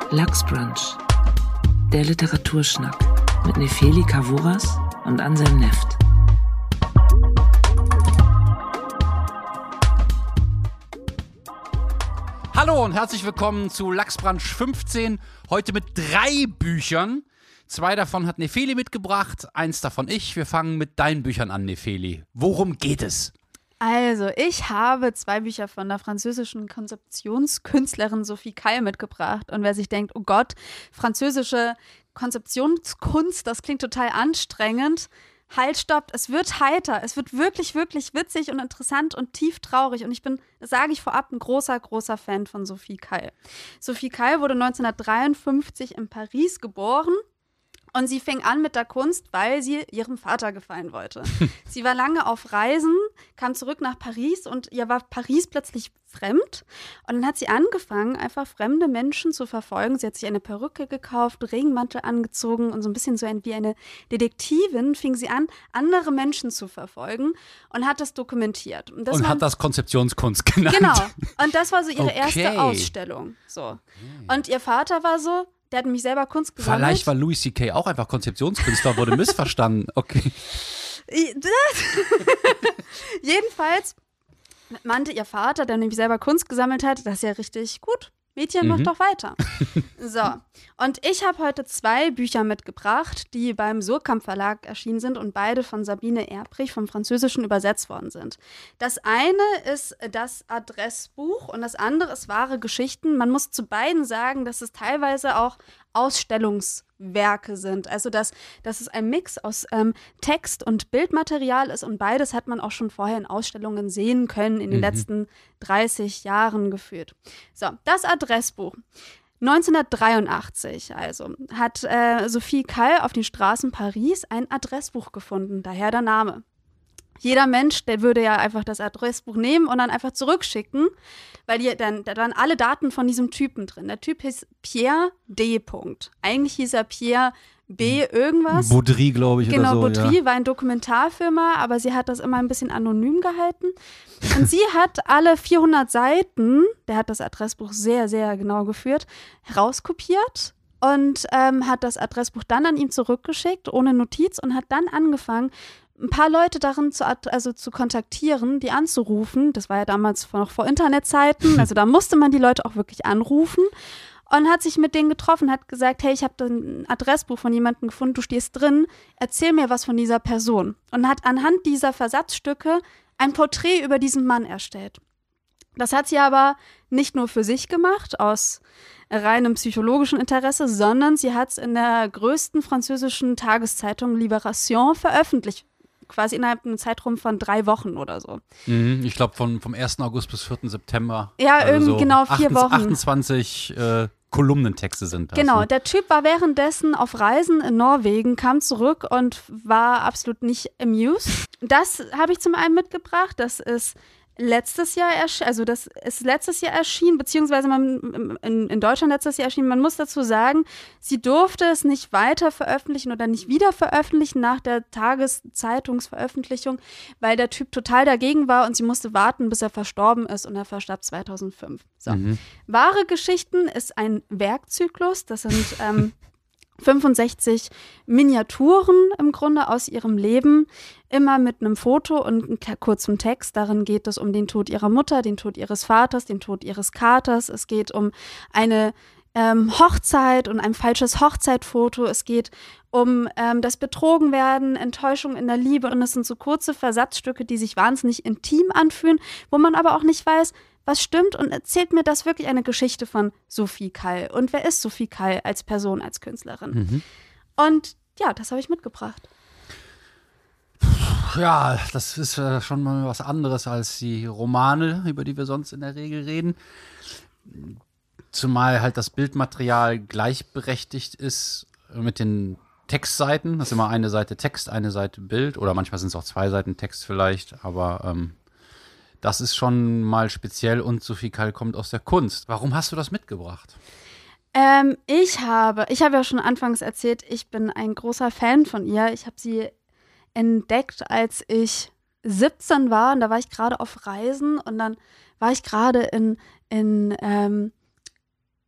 Lachsbrunch, der Literaturschnack mit Nefeli Kavuras und Anselm Neft. Hallo und herzlich willkommen zu Lachsbrunch 15, heute mit 3 Büchern. 2 davon hat Nefeli mitgebracht, 1 davon ich. Wir fangen mit deinen Büchern an, Nefeli. Worum geht es? Also, ich habe 2 Bücher von der französischen Konzeptionskünstlerin Sophie Caille mitgebracht. Und wer sich denkt, oh Gott, französische Konzeptionskunst, das klingt total anstrengend. Halt, stopp, es wird heiter. Es wird wirklich, wirklich witzig und interessant und tief traurig. Und ich bin, das sage ich vorab, ein großer, großer Fan von Sophie Caille. Sophie Caille wurde 1953 in Paris geboren. Und sie fing an mit der Kunst, weil sie ihrem Vater gefallen wollte. Sie war lange auf Reisen, kam zurück nach Paris und ihr war Paris plötzlich fremd. Und dann hat sie angefangen, einfach fremde Menschen zu verfolgen. Sie hat sich eine Perücke gekauft, Regenmantel angezogen und so ein bisschen wie eine Detektivin fing sie an, andere Menschen zu verfolgen und hat das dokumentiert. Und hat das Konzeptionskunst genannt. Genau. Und das war so ihre erste Ausstellung. So. Und ihr Vater war so, der hat nämlich selber Kunst gesammelt. Vielleicht war Louis C.K. auch einfach Konzeptionskünstler, wurde missverstanden. Okay. Jedenfalls meinte ihr Vater, der nämlich selber Kunst gesammelt hat, das ist ja richtig gut. Mädchen, mach doch weiter. So, und ich habe heute 2 Bücher mitgebracht, die beim Surkamp Verlag erschienen sind und beide von Sabine Erbrich vom Französischen übersetzt worden sind. Das eine ist das Adressbuch und das andere ist Wahre Geschichten. Man muss zu beiden sagen, dass es teilweise auch Ausstellungswerke sind. Also, dass es ein Mix aus Text und Bildmaterial ist und beides hat man auch schon vorher in Ausstellungen sehen können, in den letzten 30 Jahren geführt. So, das Adressbuch. 1983 also hat Sophie Caille auf den Straßen Paris ein Adressbuch gefunden, daher der Name. Jeder Mensch, der würde ja einfach das Adressbuch nehmen und dann einfach zurückschicken, weil da waren alle Daten von diesem Typen drin. Der Typ hieß Pierre D. Eigentlich hieß er Pierre B. irgendwas. Baudry, glaube ich, genau, oder so. Baudry war eine Dokumentarfirma, aber sie hat das immer ein bisschen anonym gehalten. Und sie hat alle 400 Seiten, der hat das Adressbuch sehr, sehr genau geführt, herauskopiert und hat das Adressbuch dann an ihn zurückgeschickt, ohne Notiz, und hat dann angefangen, ein paar Leute darin zu kontaktieren, die anzurufen. Das war ja damals noch vor Internetzeiten, also da musste man die Leute auch wirklich anrufen. Und hat sich mit denen getroffen, hat gesagt, hey, ich habe ein Adressbuch von jemandem gefunden, du stehst drin, erzähl mir was von dieser Person. Und hat anhand dieser Versatzstücke ein Porträt über diesen Mann erstellt. Das hat sie aber nicht nur für sich gemacht, aus reinem psychologischen Interesse, sondern sie hat es in der größten französischen Tageszeitung Libération veröffentlicht. Quasi innerhalb einem Zeitraum von 3 Wochen oder so. Ich glaube vom 1. August bis 4. September. Ja, also irgendwie so genau 4 Wochen. 28 Kolumnentexte sind das. Genau, ne? der Typ war währenddessen auf Reisen in Norwegen, kam zurück und war absolut nicht amused. Das habe ich zum einen mitgebracht, das ist letztes Jahr erschienen, beziehungsweise in Deutschland letztes Jahr erschienen. Man muss dazu sagen, sie durfte es nicht weiter veröffentlichen oder nicht wieder veröffentlichen nach der Tageszeitungsveröffentlichung, weil der Typ total dagegen war und sie musste warten, bis er verstorben ist, und er verstarb 2005. So. Wahre Geschichten ist ein Werkzyklus, das sind 65 Miniaturen im Grunde aus ihrem Leben, immer mit einem Foto und einem kurzen Text. Darin geht es um den Tod ihrer Mutter, den Tod ihres Vaters, den Tod ihres Katers. Es geht um eine Hochzeit und ein falsches Hochzeitfoto. Es geht um das Betrogenwerden, Enttäuschung in der Liebe. Und es sind so kurze Versatzstücke, die sich wahnsinnig intim anfühlen, wo man aber auch nicht weiß, was stimmt, und erzählt mir das wirklich eine Geschichte von Sophie Caille? Und wer ist Sophie Caille als Person, als Künstlerin? Und ja, das habe ich mitgebracht. Ja, das ist schon mal was anderes als die Romane, über die wir sonst in der Regel reden. Zumal halt das Bildmaterial gleichberechtigt ist mit den Textseiten. Das ist immer eine Seite Text, eine Seite Bild, oder manchmal sind es auch 2 Seiten Text vielleicht, aber das ist schon mal speziell, und Sophie Caille kommt aus der Kunst. Warum hast du das mitgebracht? Ich habe ja schon anfangs erzählt, ich bin ein großer Fan von ihr. Ich habe sie entdeckt, als ich 17 war, und da war ich gerade auf Reisen, und dann war ich gerade in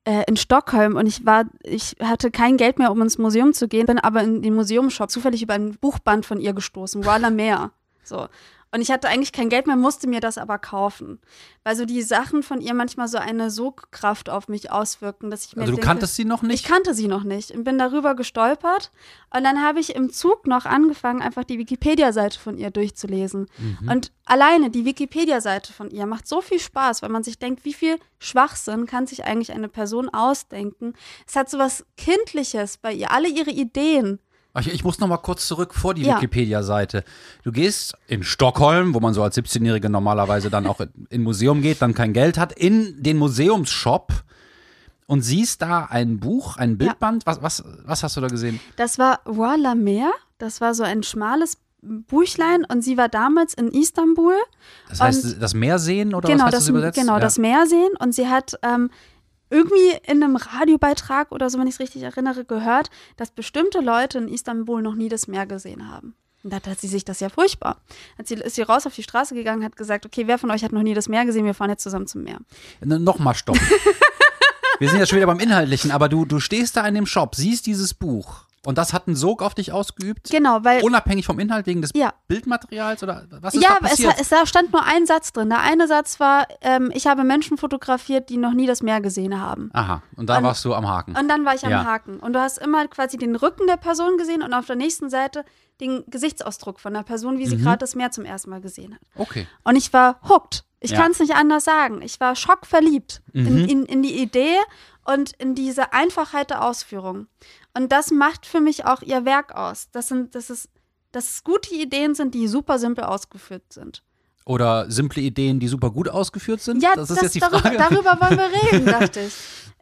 in Stockholm und ich hatte kein Geld mehr, um ins Museum zu gehen, bin aber in den Museumsshop zufällig über ein Buchband von ihr gestoßen, Roller Meer. So. Und ich hatte eigentlich kein Geld mehr, musste mir das aber kaufen. Weil so die Sachen von ihr manchmal so eine Sogkraft auf mich auswirken, dass ich mir Also du kanntest sie noch nicht? Ich kannte sie noch nicht und bin darüber gestolpert. Und dann habe ich im Zug noch angefangen, einfach die Wikipedia-Seite von ihr durchzulesen. Und alleine die Wikipedia-Seite von ihr macht so viel Spaß, weil man sich denkt, wie viel Schwachsinn kann sich eigentlich eine Person ausdenken. Es hat so was Kindliches bei ihr, alle ihre Ideen. Ich muss noch mal kurz zurück vor die Wikipedia-Seite. Du gehst in Stockholm, wo man so als 17-Jährige normalerweise dann auch in Museum geht, dann kein Geld hat, in den Museumsshop und siehst da ein Buch, ein Bildband. Ja. Was hast du da gesehen? Das war Roller Meer. Das war so ein schmales Büchlein und sie war damals in Istanbul. Das heißt, das Meer sehen oder genau, was heißt das übersetzt? Genau, das Meer sehen und sie hat irgendwie in einem Radiobeitrag oder so, wenn ich es richtig erinnere, gehört, dass bestimmte Leute in Istanbul noch nie das Meer gesehen haben. Und da hat sie sich das ja furchtbar. Ist sie raus auf die Straße gegangen, hat gesagt, okay, wer von euch hat noch nie das Meer gesehen? Wir fahren jetzt zusammen zum Meer. Nochmal stopp. Wir sind ja schon wieder beim Inhaltlichen, aber du stehst da in dem Shop, siehst dieses Buch. Und das hat einen Sog auf dich ausgeübt? Genau, weil unabhängig vom Inhalt, wegen des Bildmaterials oder was ist da passiert? Ja, es stand nur ein Satz drin. Der eine Satz war, ich habe Menschen fotografiert, die noch nie das Meer gesehen haben. Aha, und da warst du am Haken. Und dann war ich am Haken. Und du hast immer quasi den Rücken der Person gesehen und auf der nächsten Seite den Gesichtsausdruck von der Person, wie sie gerade das Meer zum ersten Mal gesehen hat. Okay. Und ich war hooked. Ich kann es nicht anders sagen. Ich war schockverliebt in die Idee und in diese Einfachheit der Ausführung. Und das macht für mich auch ihr Werk aus. Dass es gute Ideen sind, die super simpel ausgeführt sind. Oder simple Ideen, die super gut ausgeführt sind? Ja, das ist jetzt die Frage. Darüber wollen wir reden, dachte ich.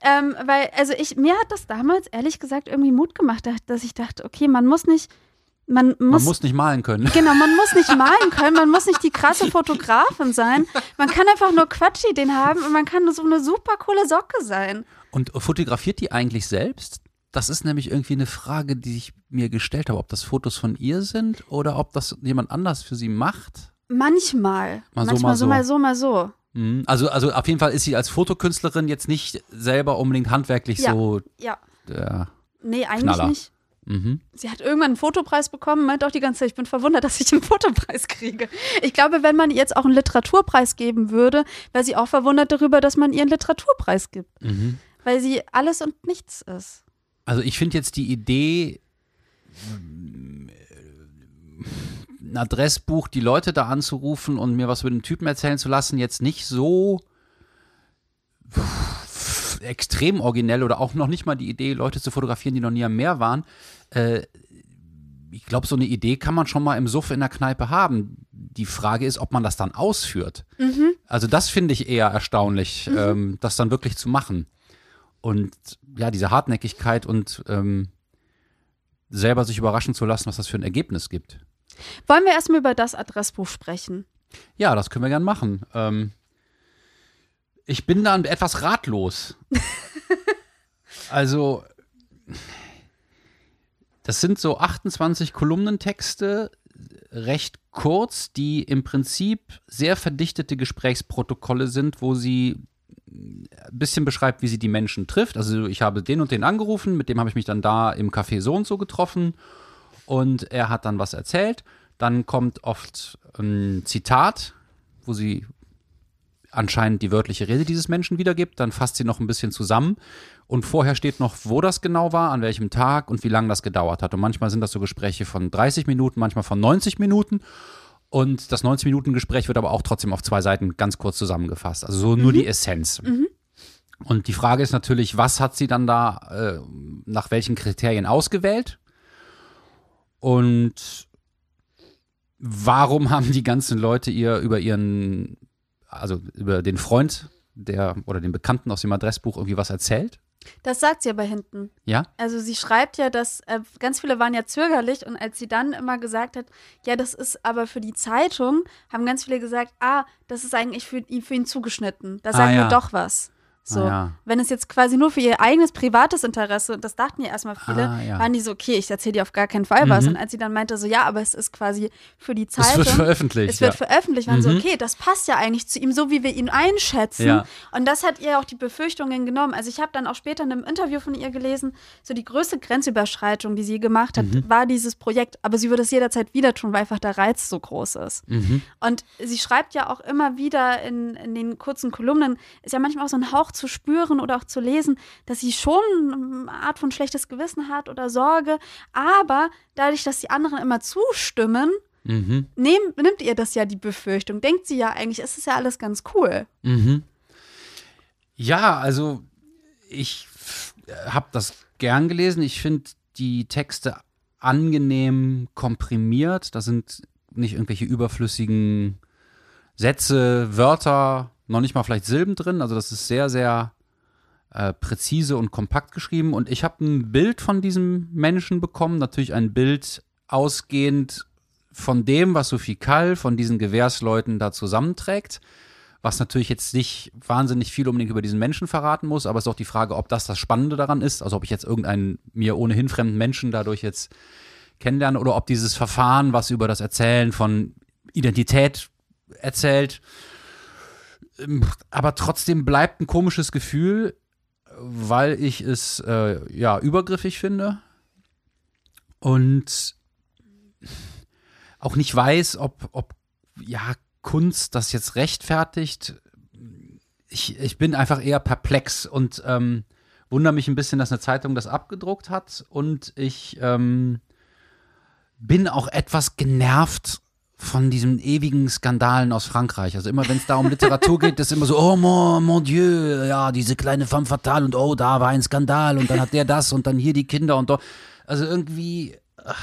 Mir hat das damals ehrlich gesagt irgendwie Mut gemacht, dass ich dachte, okay, man muss nicht malen können. Genau, man muss nicht malen können, man muss nicht die krasse Fotografin sein. Man kann einfach nur Quatschideen haben und man kann so eine super coole Socke sein. Und fotografiert die eigentlich selbst? Das ist nämlich irgendwie eine Frage, die ich mir gestellt habe, ob das Fotos von ihr sind oder ob das jemand anders für sie macht. Manchmal. Manchmal so, mal so. Also auf jeden Fall ist sie als Fotokünstlerin jetzt nicht selber unbedingt handwerklich so der Nee, eigentlich Knaller. nicht. Sie hat irgendwann einen Fotopreis bekommen, meint auch die ganze Zeit, ich bin verwundert, dass ich einen Fotopreis kriege. Ich glaube, wenn man ihr jetzt auch einen Literaturpreis geben würde, wäre sie auch verwundert darüber, dass man ihr einen Literaturpreis gibt. Weil sie alles und nichts ist. Also ich finde jetzt die Idee, ein Adressbuch, die Leute da anzurufen und mir was über den Typen erzählen zu lassen, jetzt nicht so extrem originell oder auch noch nicht mal die Idee, Leute zu fotografieren, die noch nie am Meer waren. Ich glaube, so eine Idee kann man schon mal im Suff in der Kneipe haben. Die Frage ist, ob man das dann ausführt. Also das finde ich eher erstaunlich, das dann wirklich zu machen. Und ja, diese Hartnäckigkeit und selber sich überraschen zu lassen, was das für ein Ergebnis gibt. Wollen wir erstmal über das Adressbuch sprechen? Ja, das können wir gern machen. Ich bin dann etwas ratlos. Also, das sind so 28 Kolumnentexte, recht kurz, die im Prinzip sehr verdichtete Gesprächsprotokolle sind, wo sie ein bisschen beschreibt, wie sie die Menschen trifft. Also ich habe den und den angerufen, mit dem habe ich mich dann da im Café so und so getroffen und er hat dann was erzählt. Dann kommt oft ein Zitat, wo sie anscheinend die wörtliche Rede dieses Menschen wiedergibt. Dann fasst sie noch ein bisschen zusammen und vorher steht noch, wo das genau war, an welchem Tag und wie lange das gedauert hat. Und manchmal sind das so Gespräche von 30 Minuten, manchmal von 90 Minuten. Und das 90-Minuten-Gespräch wird aber auch trotzdem auf 2 Seiten ganz kurz zusammengefasst. Also so nur die Essenz. Und die Frage ist natürlich, was hat sie dann da, nach welchen Kriterien ausgewählt? Und warum haben die ganzen Leute ihr über den Freund oder den Bekannten aus dem Adressbuch irgendwie was erzählt? Das sagt sie aber hinten. Ja? Also sie schreibt ja, dass ganz viele waren ja zögerlich und als sie dann immer gesagt hat, ja, das ist aber für die Zeitung, haben ganz viele gesagt, das ist eigentlich für ihn zugeschnitten. Da sagen wir doch was. So, ja. wenn es jetzt quasi nur für ihr eigenes privates Interesse, und das dachten ja erstmal viele, ja. waren die so, okay, ich erzähle dir auf gar keinen Fall was. Und als sie dann meinte, so, ja, aber es ist quasi für die Zeitung. Es wird veröffentlicht. Es wird veröffentlicht. Waren so, okay, das passt ja eigentlich zu ihm, so wie wir ihn einschätzen. Ja. Und das hat ihr auch die Befürchtungen genommen. Also ich habe dann auch später in einem Interview von ihr gelesen, so die größte Grenzüberschreitung, die sie gemacht hat, war dieses Projekt. Aber sie würde es jederzeit wieder tun, weil einfach der Reiz so groß ist. Und sie schreibt ja auch immer wieder in den kurzen Kolumnen, ist ja manchmal auch so ein Hauch zu spüren oder auch zu lesen, dass sie schon eine Art von schlechtes Gewissen hat oder Sorge, aber dadurch, dass die anderen immer zustimmen, nimmt ihr das ja die Befürchtung. Denkt sie ja eigentlich, es ist ja alles ganz cool. Ja, also ich habe das gern gelesen. Ich finde die Texte angenehm komprimiert. Da sind nicht irgendwelche überflüssigen Sätze, Wörter, noch nicht mal vielleicht Silben drin. Also das ist sehr, sehr präzise und kompakt geschrieben. Und ich habe ein Bild von diesem Menschen bekommen. Natürlich ein Bild ausgehend von dem, was Sophie Kall von diesen Gewährsleuten da zusammenträgt. Was natürlich jetzt nicht wahnsinnig viel unbedingt über diesen Menschen verraten muss. Aber es ist auch die Frage, ob das Spannende daran ist. Also ob ich jetzt irgendeinen mir ohnehin fremden Menschen dadurch jetzt kennenlerne. Oder ob dieses Verfahren, was über das Erzählen von Identität erzählt. Aber trotzdem bleibt ein komisches Gefühl, weil ich es übergriffig finde und auch nicht weiß, ob Kunst das jetzt rechtfertigt. Ich bin einfach eher perplex und wundere mich ein bisschen, dass eine Zeitung das abgedruckt hat und ich bin auch etwas genervt von diesen ewigen Skandalen aus Frankreich. Also immer, wenn es da um Literatur geht, ist immer so, oh mon Dieu, ja, diese kleine femme fatale und oh, da war ein Skandal und dann hat der das und dann hier die Kinder und dort. Also irgendwie,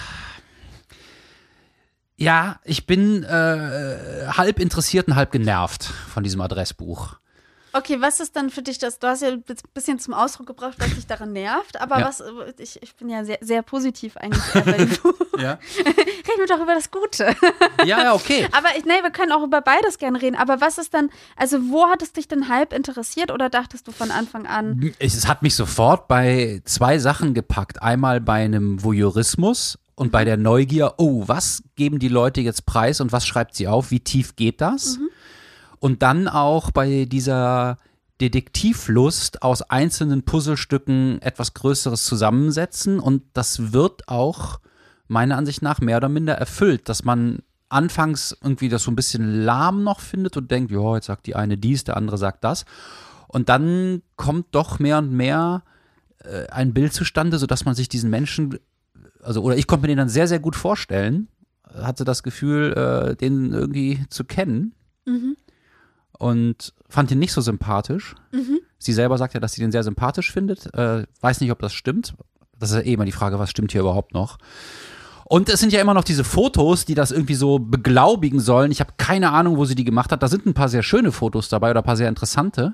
ja, ich bin halb interessiert und halb genervt von diesem Adressbuch. Okay, was ist dann für dich das? Du hast ja ein bisschen zum Ausdruck gebracht, was dich daran nervt, aber ich bin ja sehr, sehr positiv eigentlich bei dem Buch. Ja. Reden wir doch über das Gute. Ja, okay. Aber wir können auch über beides gerne reden. Aber was ist dann, also wo hat es dich denn halb interessiert oder dachtest du von Anfang an? Es hat mich sofort bei zwei Sachen gepackt. Einmal bei einem Voyeurismus und bei der Neugier, oh, was geben die Leute jetzt preis und was schreibt sie auf? Wie tief geht das? Und dann auch bei dieser Detektivlust aus einzelnen Puzzlestücken etwas Größeres zusammensetzen. Und das wird auch meiner Ansicht nach mehr oder minder erfüllt, dass man anfangs irgendwie das so ein bisschen lahm noch findet und denkt, ja, jetzt sagt die eine dies, der andere sagt das. Und dann kommt doch mehr und mehr ein Bild zustande, sodass man sich diesen Menschen, oder ich konnte mir den dann sehr, sehr gut vorstellen, hatte das Gefühl, den irgendwie zu kennen. Und fand ihn nicht so sympathisch. Sie selber sagt ja, dass sie den sehr sympathisch findet. Weiß nicht, ob das stimmt. Das ist ja eh immer die Frage, was stimmt hier überhaupt noch? Und es sind ja immer noch diese Fotos, die das irgendwie so beglaubigen sollen. Ich habe keine Ahnung, wo sie die gemacht hat. Da sind ein paar sehr schöne Fotos dabei oder ein paar sehr interessante.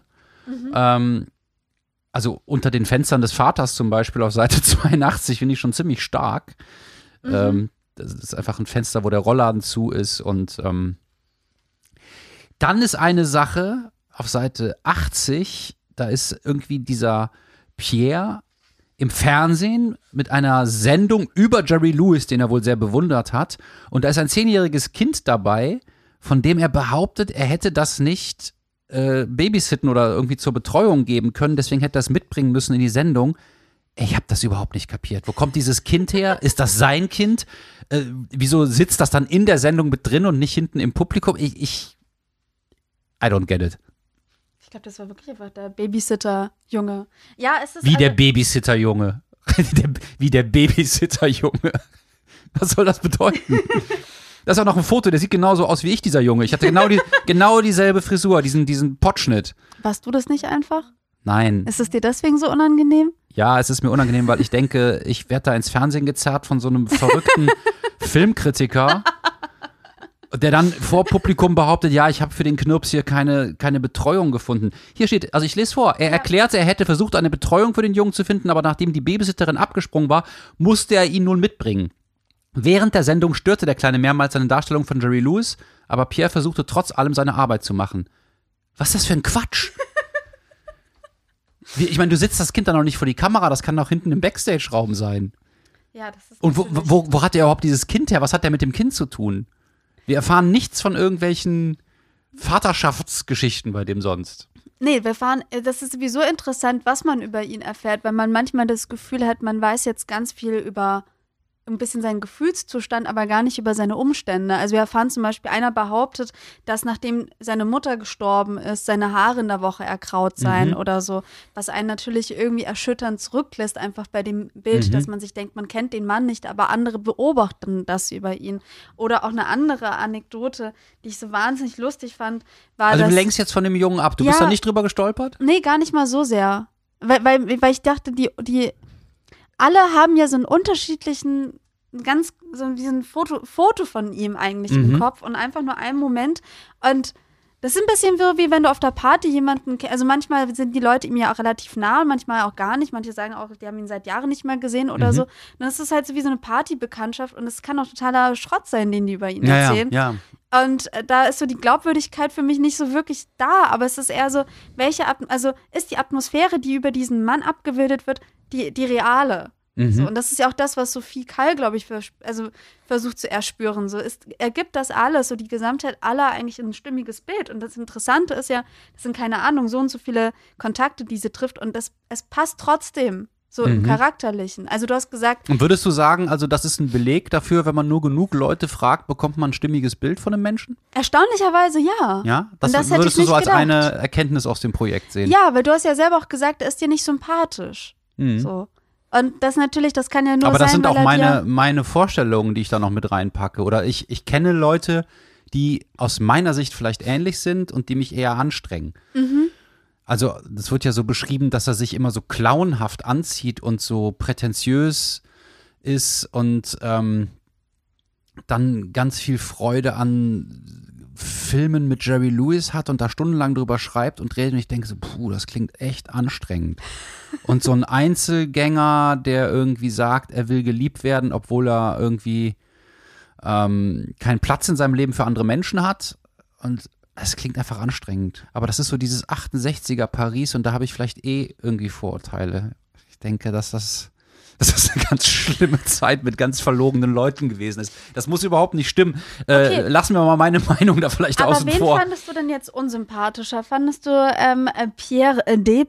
Also unter den Fenstern des Vaters zum Beispiel auf Seite 82 finde ich schon ziemlich stark. Das ist einfach ein Fenster, wo der Rollladen zu ist und dann ist eine Sache auf Seite 80, da ist irgendwie dieser Pierre im Fernsehen mit einer Sendung über Jerry Lewis, den er wohl sehr bewundert hat. Und da ist ein 10-jähriges Kind dabei, von dem er behauptet, er hätte das nicht babysitten oder irgendwie zur Betreuung geben können. Deswegen hätte er das mitbringen müssen in die Sendung. Ich habe das überhaupt nicht kapiert. Wo kommt dieses Kind her? Ist das sein Kind? Wieso sitzt das dann in der Sendung mit drin und nicht hinten im Publikum? I don't get it. Ich glaube, das war wirklich einfach der Babysitter-Junge. Ja, es ist Wie der Babysitter-Junge. Wie der Babysitter-Junge. Was soll das bedeuten? Das ist auch noch ein Foto, der sieht genauso aus wie ich, dieser Junge. Ich hatte genau dieselbe Frisur, diesen Pottschnitt. Warst du das nicht einfach? Nein. Ist es dir deswegen so unangenehm? Ja, es ist mir unangenehm, weil ich denke, ich werde da ins Fernsehen gezerrt von so einem verrückten Filmkritiker, der dann vor Publikum behauptet, ja, ich habe für den Knirps hier keine Betreuung gefunden. Hier steht, also ich lese vor, er erklärte, er hätte versucht, eine Betreuung für den Jungen zu finden, aber nachdem die Babysitterin abgesprungen war, musste er ihn nun mitbringen. Während der Sendung störte der Kleine mehrmals seine Darstellung von Jerry Lewis, aber Pierre versuchte trotz allem seine Arbeit zu machen. Was ist das für ein Quatsch? Ich meine, du setzt das Kind dann noch nicht vor die Kamera, das kann doch hinten im Backstage-Raum sein. Ja, das ist Und wo hat der überhaupt dieses Kind her? Was hat der mit dem Kind zu tun? Wir erfahren nichts von irgendwelchen Vaterschaftsgeschichten bei dem sonst. Nee, das ist sowieso interessant, was man über ihn erfährt, weil man manchmal das Gefühl hat, man weiß jetzt ganz viel über ein bisschen seinen Gefühlszustand, aber gar nicht über seine Umstände. Also wir erfahren zum Beispiel, einer behauptet, dass nachdem seine Mutter gestorben ist, seine Haare in der Woche erkraut seien oder so, was einen natürlich irgendwie erschütternd zurücklässt, einfach bei dem Bild, dass man sich denkt, man kennt den Mann nicht, aber andere beobachten das über ihn. Oder auch eine andere Anekdote, die ich so wahnsinnig lustig fand, war Also dass, du lenkst jetzt von dem Jungen ab, du bist da nicht drüber gestolpert? Nee, gar nicht mal so sehr. Weil ich dachte, die alle haben ja so einen unterschiedlichen, so diesen Foto von ihm eigentlich im Kopf und einfach nur einen Moment. Und das ist ein bisschen so, wie wenn du auf der Party jemanden, also manchmal sind die Leute ihm ja auch relativ nah und manchmal auch gar nicht. Manche sagen auch, die haben ihn seit Jahren nicht mehr gesehen oder so. Und das ist halt so wie so eine Partybekanntschaft und es kann auch totaler Schrott sein, den die über ihn erzählen. Ja. Und da ist so die Glaubwürdigkeit für mich nicht so wirklich da, aber es ist eher so, ist die Atmosphäre, die über diesen Mann abgebildet wird, die reale. So, und das ist ja auch das, was Sophie Kall, glaube ich, versucht zu erspüren. So ergibt das alles, so die Gesamtheit aller eigentlich ein stimmiges Bild. Und das Interessante ist ja, das sind keine Ahnung, so und so viele Kontakte, die sie trifft und es passt trotzdem. So im Charakterlichen. Also du hast gesagt. Und würdest du sagen, also das ist ein Beleg dafür, wenn man nur genug Leute fragt, bekommt man ein stimmiges Bild von einem Menschen? Erstaunlicherweise ja. Ja? Das hätte würdest ich du so als gedacht. eine Erkenntnis aus dem Projekt sehen? Ja, weil du hast ja selber auch gesagt, er ist dir nicht sympathisch. So. Und das natürlich, das kann ja nur sein, aber das sind weil auch meine Vorstellungen, die ich da noch mit reinpacke. Oder ich kenne Leute, die aus meiner Sicht vielleicht ähnlich sind und die mich eher anstrengen. Also das wird ja so beschrieben, dass er sich immer so clownhaft anzieht und so prätentiös ist und dann ganz viel Freude an Filmen mit Jerry Lewis hat und da stundenlang drüber schreibt und redet und ich denke so, das klingt echt anstrengend. Und so ein Einzelgänger, der irgendwie sagt, er will geliebt werden, obwohl er irgendwie keinen Platz in seinem Leben für andere Menschen hat und es klingt einfach anstrengend. Aber das ist so dieses 68er Paris und da habe ich vielleicht irgendwie Vorurteile. Ich denke, dass das eine ganz schlimme Zeit mit ganz verlogenen Leuten gewesen ist. Das muss überhaupt nicht stimmen. Okay. Lassen wir mal meine Meinung da vielleicht außen vor. Aber wen fandest du denn jetzt unsympathischer? Fandest du Pierre D.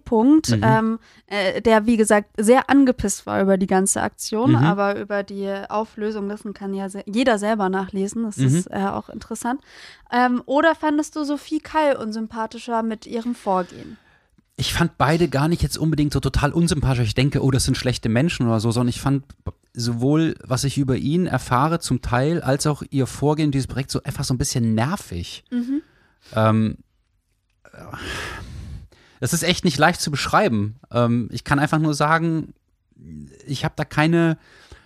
Der, wie gesagt, sehr angepisst war über die ganze Aktion, aber über die Auflösung, das kann ja jeder selber nachlesen, das ist auch interessant. Oder fandest du Sophie Kall unsympathischer mit ihrem Vorgehen? Ich fand beide gar nicht jetzt unbedingt so total unsympathisch. Ich denke, das sind schlechte Menschen oder so, sondern ich fand sowohl, was ich über ihn erfahre zum Teil, als auch ihr Vorgehen in dieses Projekt so einfach so ein bisschen nervig. Das ist echt nicht leicht zu beschreiben. Ich kann einfach nur sagen, ich habe da keine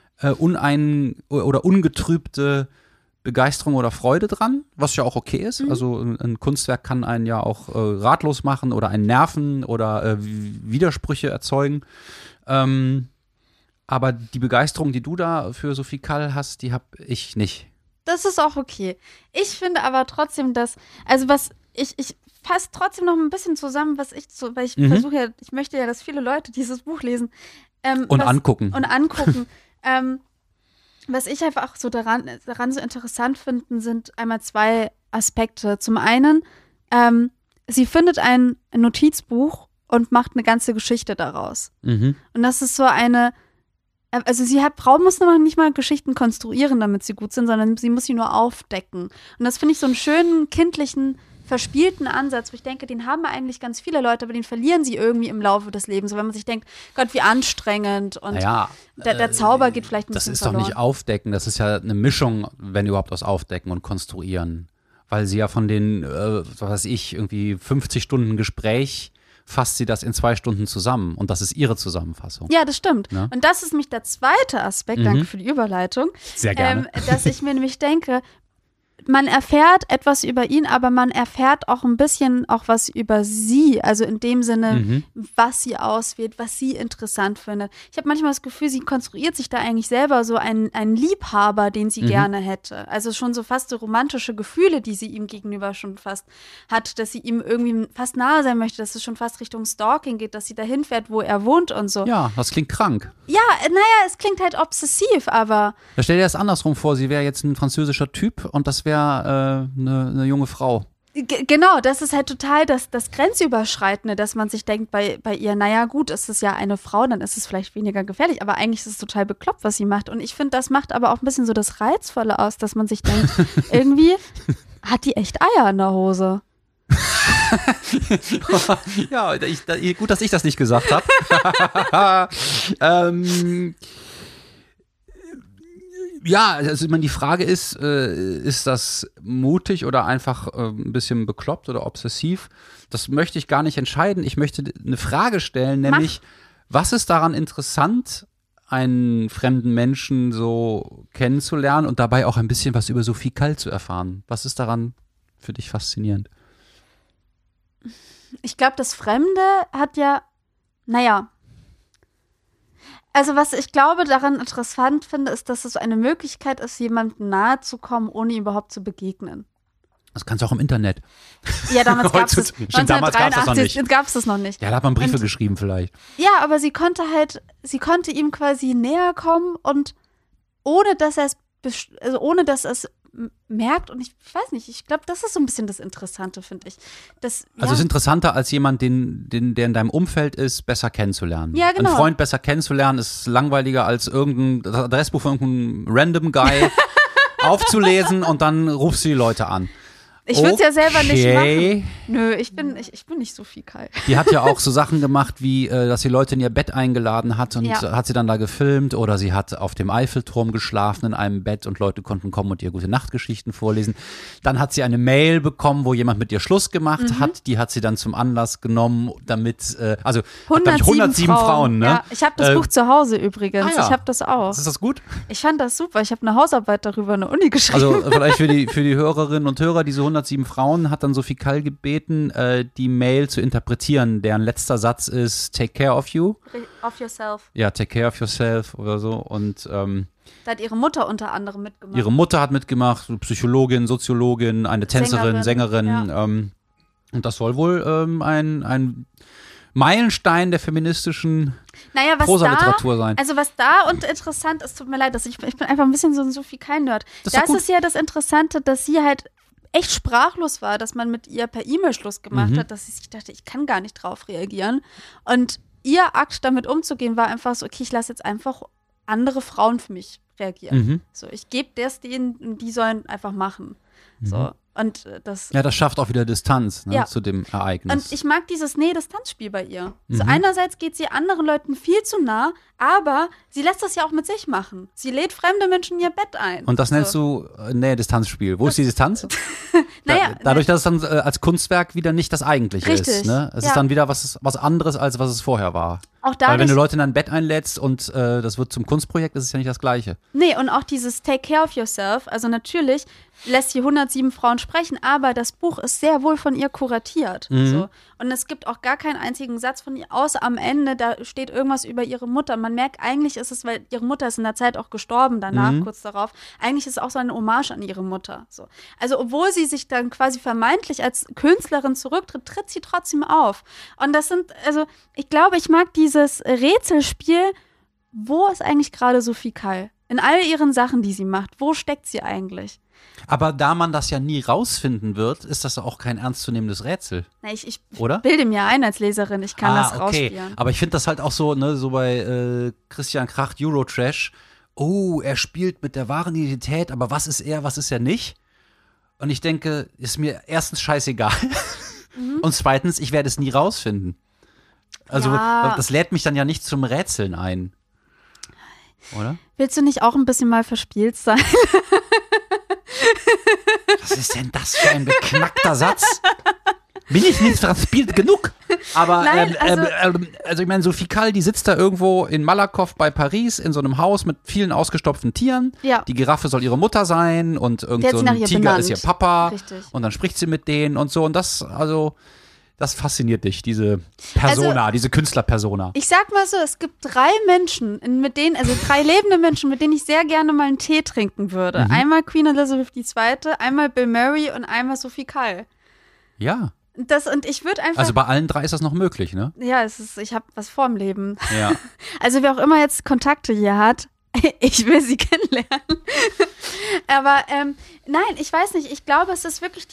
ungetrübte Begeisterung oder Freude dran, was ja auch okay ist. Also ein Kunstwerk kann einen ja auch ratlos machen oder einen nerven oder Widersprüche erzeugen. Aber die Begeisterung, die du da für Sophie Kall hast, die habe ich nicht. Das ist auch okay. Ich finde aber trotzdem, dass, also was ich fasse trotzdem noch ein bisschen zusammen, weil ich versuche ja, ich möchte ja, dass viele Leute dieses Buch lesen. Und angucken. Was ich einfach auch so daran so interessant finde, sind einmal zwei Aspekte. Zum einen, sie findet ein Notizbuch und macht eine ganze Geschichte daraus. Und das ist so also Frau muss noch nicht mal Geschichten konstruieren, damit sie gut sind, sondern sie muss sie nur aufdecken. Und das finde ich so einen schönen, kindlichen, verspielten Ansatz, wo ich denke, den haben eigentlich ganz viele Leute, aber den verlieren sie irgendwie im Laufe des Lebens. So, wenn man sich denkt, Gott, wie anstrengend und der Zauber geht vielleicht ein bisschen verloren. Das ist doch nicht aufdecken, das ist ja eine Mischung, wenn überhaupt, aus aufdecken und konstruieren. Weil sie ja von den, irgendwie 50 Stunden Gespräch fasst sie das in 2 Stunden zusammen und das ist ihre Zusammenfassung. Ja, das stimmt. Ja? Und das ist nämlich der zweite Aspekt, danke für die Überleitung. Sehr gerne. Dass ich mir nämlich denke, man erfährt etwas über ihn, aber man erfährt auch ein bisschen auch was über sie. Also in dem Sinne, was sie auswählt, was sie interessant findet. Ich habe manchmal das Gefühl, sie konstruiert sich da eigentlich selber so einen Liebhaber, den sie gerne hätte. Also schon so fast so romantische Gefühle, die sie ihm gegenüber schon fast hat, dass sie ihm irgendwie fast nahe sein möchte, dass es schon fast Richtung Stalking geht, dass sie dahin fährt, wo er wohnt und so. Ja, das klingt krank. Ja, naja, es klingt halt obsessiv, aber Da stell dir das andersrum vor, sie wäre jetzt ein französischer Typ und das wäre eine junge Frau. Genau, das ist halt total das Grenzüberschreitende, dass man sich denkt bei ihr, naja gut, ist es ja eine Frau, dann ist es vielleicht weniger gefährlich, aber eigentlich ist es total bekloppt, was sie macht. Und ich finde, das macht aber auch ein bisschen so das Reizvolle aus, dass man sich denkt, irgendwie hat die echt Eier in der Hose. Ja, gut, dass ich das nicht gesagt habe. Ja, also ich meine, die Frage ist das mutig oder einfach ein bisschen bekloppt oder obsessiv? Das möchte ich gar nicht entscheiden. Ich möchte eine Frage stellen, nämlich, was ist daran interessant, einen fremden Menschen so kennenzulernen und dabei auch ein bisschen was über Sophie Kall zu erfahren? Was ist daran für dich faszinierend? Ich glaube, das Fremde hat ja, naja, also was ich glaube daran interessant finde, ist, dass es eine Möglichkeit ist, jemandem nahe zu kommen, ohne ihm überhaupt zu begegnen. Das kannst du auch im Internet. Ja, damals gab es Stimmt, damals gab es das noch nicht. Gab es das noch nicht. Ja, da hat man Briefe geschrieben vielleicht. Ja, aber sie konnte ihm quasi näher kommen und ohne dass er es merkt, und ich weiß nicht, ich glaube, das ist so ein bisschen das Interessante, finde ich. Also es ist interessanter, als jemand, der in deinem Umfeld ist, besser kennenzulernen. Ja, genau. Einen Freund besser kennenzulernen ist langweiliger, als das Adressbuch von irgendeinem random Guy aufzulesen und dann rufst du die Leute an. Ich würde es ja selber nicht machen. Nö, ich bin nicht Sophie Kall. Die hat ja auch so Sachen gemacht, wie, dass sie Leute in ihr Bett eingeladen hat und hat sie dann da gefilmt, oder sie hat auf dem Eiffelturm geschlafen in einem Bett und Leute konnten kommen und ihr gute Nachtgeschichten vorlesen. Dann hat sie eine Mail bekommen, wo jemand mit ihr Schluss gemacht hat. Die hat sie dann zum Anlass genommen, damit, 107 Frauen, ne? Ja, ich habe das Buch zu Hause übrigens. Ah, ja. Ich habe das auch. Ist das gut? Ich fand das super. Ich habe eine Hausarbeit darüber in der Uni geschrieben. Also vielleicht für die Hörerinnen und Hörer, diese 107 Frauen hat dann Sophie Kall gebeten, die Mail zu interpretieren, deren letzter Satz ist Take care of you. Of yourself. Ja, take care of yourself oder so. Und da hat ihre Mutter unter anderem mitgemacht. Ihre Mutter hat mitgemacht, Psychologin, Soziologin, eine Tänzerin, Sängerin. Ja. Und das soll wohl ein Meilenstein der feministischen Prosaliteratur sein. Also was da und interessant ist, tut mir leid, ich bin einfach ein bisschen so ein Sophie Kall-Nerd. Das ist ja das Interessante, dass sie halt echt sprachlos war, dass man mit ihr per E-Mail Schluss gemacht hat, dass sie sich dachte, ich kann gar nicht drauf reagieren. Und ihr Akt, damit umzugehen, war einfach so, okay, ich lasse jetzt einfach andere Frauen für mich reagieren. So, ich gebe das denen und die sollen einfach machen. So. Und das schafft auch wieder Distanz zu dem Ereignis. Und ich mag dieses Nähe-Distanz-Spiel bei ihr. So einerseits geht sie anderen Leuten viel zu nah, aber sie lässt das ja auch mit sich machen. Sie lädt fremde Menschen in ihr Bett ein. Und das nennst du Nähe-Distanz-Spiel. Wo ist die Distanz? Dadurch, dass es dann als Kunstwerk wieder nicht das Eigentliche ist. Ne? Es ist dann wieder was anderes, als was es vorher war. Auch dadurch, weil wenn du Leute in dein Bett einlädst und das wird zum Kunstprojekt, ist es ja nicht das Gleiche. Nee, und auch dieses Take care of yourself, also natürlich lässt sie 107 Frauen sprechen, aber das Buch ist sehr wohl von ihr kuratiert. So. Und es gibt auch gar keinen einzigen Satz von ihr, außer am Ende, da steht irgendwas über ihre Mutter. Man merkt, eigentlich ist es, weil ihre Mutter ist in der Zeit auch gestorben danach, kurz darauf, eigentlich ist es auch so eine Hommage an ihre Mutter. So. Also obwohl sie sich dann quasi vermeintlich als Künstlerin zurücktritt, tritt sie trotzdem auf. Und das sind, also ich glaube, ich mag dieses Rätselspiel, wo ist eigentlich gerade Sophie Kall? In all ihren Sachen, die sie macht, wo steckt sie eigentlich? Aber da man das ja nie rausfinden wird, ist das auch kein ernstzunehmendes Rätsel. Na, ich oder? Bilde mir ein als Leserin, ich kann das rausspielen. Aber ich finde das halt auch so, ne, so bei Christian Kracht, Eurotrash. Oh, er spielt mit der wahren Identität, aber was ist er nicht? Und ich denke, ist mir erstens scheißegal und zweitens, ich werde es nie rausfinden. Also das lädt mich dann ja nicht zum Rätseln ein. Oder? Willst du nicht auch ein bisschen mal verspielt sein? Was ist denn das für ein beknackter Satz? Bin ich nicht verspielt genug? Aber Nein, also ich meine, Sophie Kall, die sitzt da irgendwo in Malakoff bei Paris in so einem Haus mit vielen ausgestopften Tieren. Ja. Die Giraffe soll ihre Mutter sein und Die irgend hat so sie nach ein ihr Tiger benannt. ist ihr Papa. Richtig. Und dann spricht sie mit denen und so. Und das fasziniert dich, diese Persona, diese Künstlerpersona. Ich sag mal so, es gibt 3 Menschen, mit denen, also 3 lebende Menschen, mit denen ich sehr gerne mal einen Tee trinken würde. Einmal Queen Elizabeth II., einmal Bill Murray und einmal Sophie Kall. Ja. Und ich würde einfach. Also bei allen 3 ist das noch möglich, ne? Ja, ich habe was vorm Leben. Ja. Also wer auch immer jetzt Kontakte hier hat, ich will sie kennenlernen. Aber nein, ich weiß nicht, ich glaube, es ist wirklich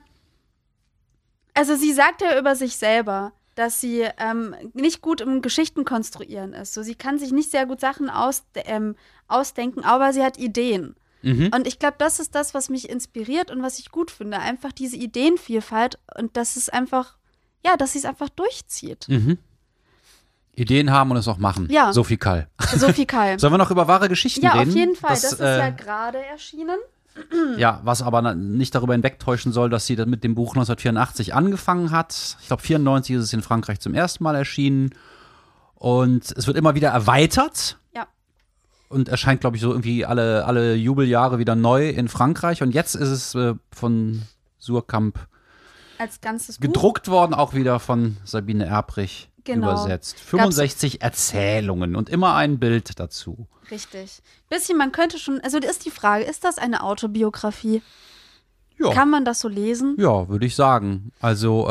also sie sagt ja über sich selber, dass sie nicht gut im Geschichten konstruieren ist. So, sie kann sich nicht sehr gut Sachen ausdenken, aber sie hat Ideen. Und ich glaube, das ist das, was mich inspiriert und was ich gut finde. Einfach diese Ideenvielfalt und dass es einfach, dass sie es einfach durchzieht. Ideen haben und es auch machen. Ja. Sophie Kall. Sophie Kall. Sollen wir noch über wahre Geschichten reden? Ja, auf jeden Fall. Das ist ja gerade erschienen. Ja, was aber nicht darüber hinwegtäuschen soll, dass sie mit dem Buch 1984 angefangen hat. Ich glaube, 1994 ist es in Frankreich zum ersten Mal erschienen. Und es wird immer wieder erweitert. Ja. Und erscheint, glaube ich, so irgendwie alle Jubeljahre wieder neu in Frankreich. Und jetzt ist es von Suhrkamp als ganzes Buch gedruckt worden, auch wieder von Sabine Erbrich übersetzt. 65 Erzählungen und immer ein Bild dazu. Richtig. Bisschen, man könnte schon, also ist die Frage, ist das eine Autobiografie? Ja. Kann man das so lesen? Ja, würde ich sagen. Also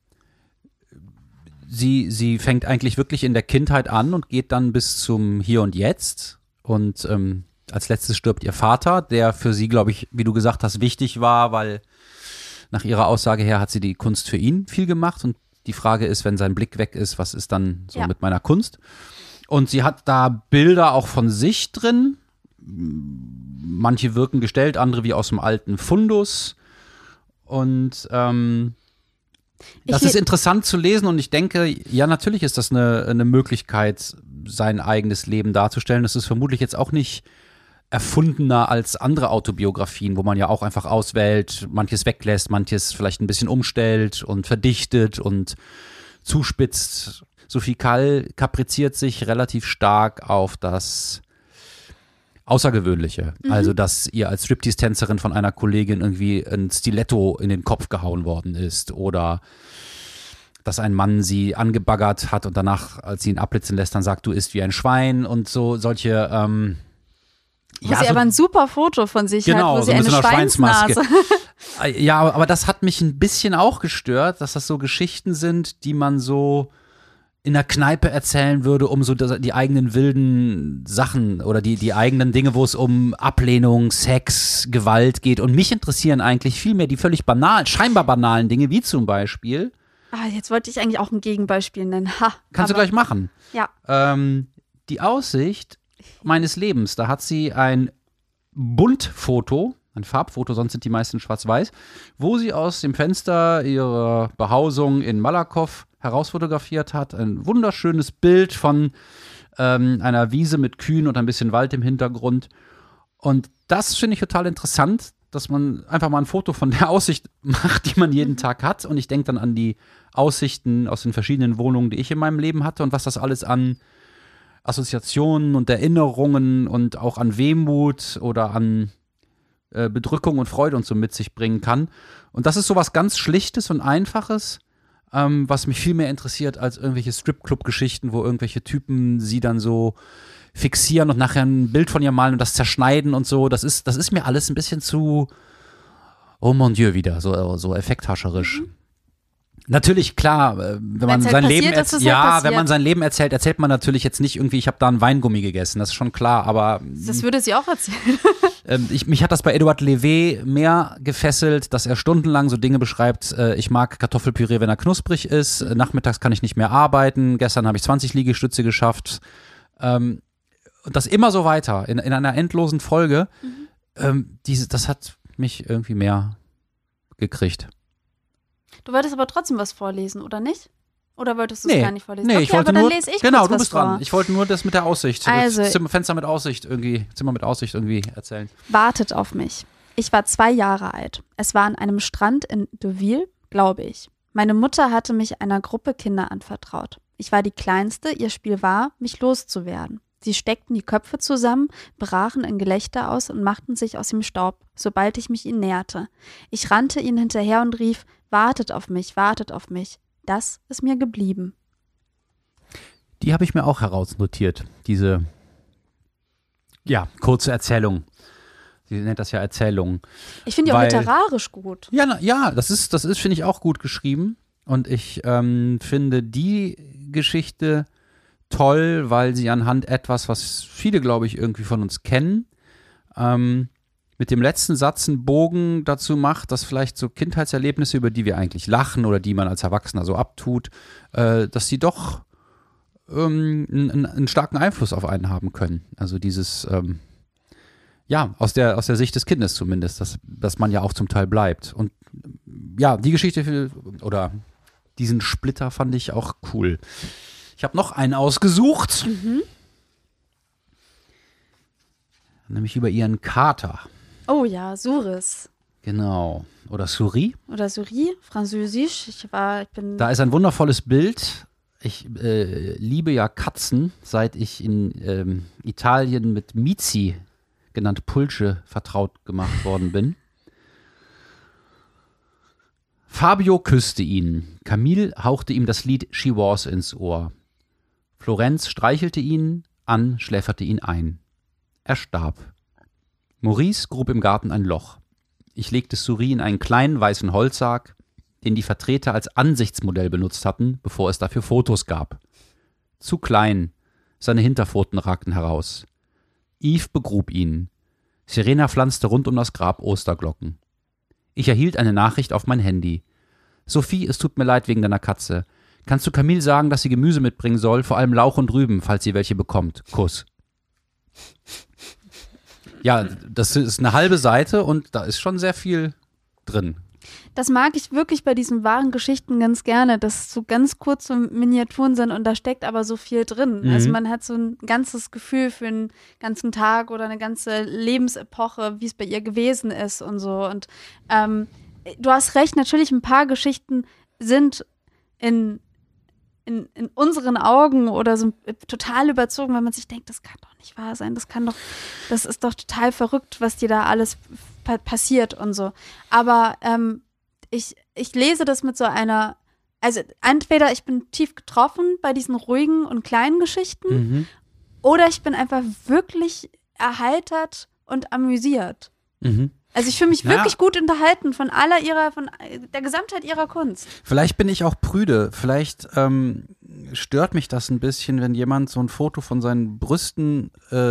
sie fängt eigentlich wirklich in der Kindheit an und geht dann bis zum Hier und Jetzt. Und als letztes stirbt ihr Vater, der für sie, glaube ich, wie du gesagt hast, wichtig war, weil nach ihrer Aussage her hat sie die Kunst für ihn viel gemacht. Und die Frage ist, wenn sein Blick weg ist, was ist dann so mit meiner Kunst? Und sie hat da Bilder auch von sich drin. Manche wirken gestellt, andere wie aus dem alten Fundus. Und das ist interessant zu lesen und ich denke, ja, natürlich ist das eine Möglichkeit, sein eigenes Leben darzustellen. Das ist vermutlich jetzt auch nicht erfundener als andere Autobiografien, wo man ja auch einfach auswählt, manches weglässt, manches vielleicht ein bisschen umstellt und verdichtet und zuspitzt. Sophie Kall kapriziert sich relativ stark auf das Außergewöhnliche. Also, dass ihr als Striptease-Tänzerin von einer Kollegin irgendwie ein Stiletto in den Kopf gehauen worden ist oder dass ein Mann sie angebaggert hat und danach, als sie ihn abblitzen lässt, dann sagt, du isst wie ein Schwein und so solche wo sie aber ein super Foto von sich hat, wo so sie eine mit so einer Schweinsnase. Ja, aber das hat mich ein bisschen auch gestört, dass das so Geschichten sind, die man so in der Kneipe erzählen würde, um so die eigenen wilden Sachen oder die eigenen Dinge, wo es um Ablehnung, Sex, Gewalt geht. Und mich interessieren eigentlich viel mehr die völlig scheinbar banalen Dinge, wie zum Beispiel. Jetzt wollte ich eigentlich auch ein Gegenbeispiel nennen. Kannst du gleich machen. Ja. Die Aussicht meines Lebens, da hat sie ein Buntfoto, ein Farbfoto, sonst sind die meisten schwarz-weiß, wo sie aus dem Fenster ihrer Behausung in Malakoff herausfotografiert hat. Ein wunderschönes Bild von einer Wiese mit Kühen und ein bisschen Wald im Hintergrund. Und das finde ich total interessant, dass man einfach mal ein Foto von der Aussicht macht, die man jeden Tag hat. Und ich denke dann an die Aussichten aus den verschiedenen Wohnungen, die ich in meinem Leben hatte und was das alles an Assoziationen und Erinnerungen und auch an Wehmut oder an Bedrückung und Freude und so mit sich bringen kann. Und das ist so was ganz Schlichtes und Einfaches, was mich viel mehr interessiert als irgendwelche Stripclub-Geschichten, wo irgendwelche Typen sie dann so fixieren und nachher ein Bild von ihr malen und das zerschneiden und so. Das ist mir alles ein bisschen zu, oh mon Dieu, wieder, so effekthascherisch. Natürlich, klar, wenn man sein Leben wenn man sein Leben erzählt man natürlich jetzt nicht irgendwie, ich habe da einen Weingummi gegessen, das ist schon klar, aber das würde sie auch erzählen. Mich hat das bei Edouard Levé mehr gefesselt, dass er stundenlang so Dinge beschreibt, ich mag Kartoffelpüree, wenn er knusprig ist, nachmittags kann ich nicht mehr arbeiten, gestern habe ich 20 Liegestütze geschafft und das immer so weiter, in einer endlosen Folge, das hat mich irgendwie mehr gekriegt. Du wolltest aber trotzdem was vorlesen, oder nicht? Oder wolltest du es gar nicht vorlesen? Nee, okay, ich wollte aber nur, dann lese ich genau, kurz du was bist dran. vor. Ich wollte nur das mit der Aussicht, also, das Fenster mit Aussicht irgendwie, Zimmer mit Aussicht irgendwie erzählen. Wartet auf mich. Ich war 2 Jahre alt. Es war an einem Strand in Deauville, glaube ich. Meine Mutter hatte mich einer Gruppe Kinder anvertraut. Ich war die Kleinste, ihr Spiel war, mich loszuwerden. Sie steckten die Köpfe zusammen, brachen in Gelächter aus und machten sich aus dem Staub, sobald ich mich ihnen näherte. Ich rannte ihnen hinterher und rief, wartet auf mich, wartet auf mich. Das ist mir geblieben. Die habe ich mir auch herausnotiert, diese kurze Erzählung. Sie nennt das ja Erzählung. Ich finde die auch literarisch gut. Ja, das ist, finde ich, auch gut geschrieben. Und ich finde die Geschichte toll, weil sie anhand etwas, was viele, glaube ich, irgendwie von uns kennen, mit dem letzten Satz einen Bogen dazu macht, dass vielleicht so Kindheitserlebnisse, über die wir eigentlich lachen oder die man als Erwachsener so abtut, dass sie doch einen starken Einfluss auf einen haben können. Also dieses, aus der Sicht des Kindes zumindest, dass man ja auch zum Teil bleibt. Und ja, die Geschichte oder diesen Splitter fand ich auch cool. Ich habe noch einen ausgesucht. Nämlich über ihren Kater. Oh ja, Suris. Genau. Oder Souris. Oder Souris, französisch. Da ist ein wundervolles Bild. Ich liebe ja Katzen, seit ich in Italien mit Mizi, genannt Pulce, vertraut gemacht worden bin. Fabio küsste ihn. Camille hauchte ihm das Lied She Was ins Ohr. Florenz streichelte ihn, Anne schläferte ihn ein. Er starb. Maurice grub im Garten ein Loch. Ich legte Souris in einen kleinen weißen Holzsarg, den die Vertreter als Ansichtsmodell benutzt hatten, bevor es dafür Fotos gab. Zu klein, seine Hinterpfoten ragten heraus. Yves begrub ihn. Serena pflanzte rund um das Grab Osterglocken. Ich erhielt eine Nachricht auf mein Handy. Sophie, es tut mir leid wegen deiner Katze. Kannst du Camille sagen, dass sie Gemüse mitbringen soll, vor allem Lauch und Rüben, falls sie welche bekommt. Kuss. Ja, das ist eine halbe Seite und da ist schon sehr viel drin. Das mag ich wirklich bei diesen wahren Geschichten ganz gerne, dass so ganz kurze Miniaturen sind und da steckt aber so viel drin. Also man hat so ein ganzes Gefühl für einen ganzen Tag oder eine ganze Lebensepoche, wie es bei ihr gewesen ist und so. Und du hast recht, natürlich ein paar Geschichten sind in unseren Augen oder so total überzogen, weil man sich denkt, das kann doch nicht wahr sein, das ist doch total verrückt, was dir da alles passiert und so. Aber ich lese das mit so einer, also entweder ich bin tief getroffen bei diesen ruhigen und kleinen Geschichten oder ich bin einfach wirklich erheitert und amüsiert. Also ich fühle mich wirklich gut unterhalten von der Gesamtheit ihrer Kunst. Vielleicht bin ich auch prüde. Vielleicht stört mich das ein bisschen, wenn jemand so ein Foto von seinen Brüsten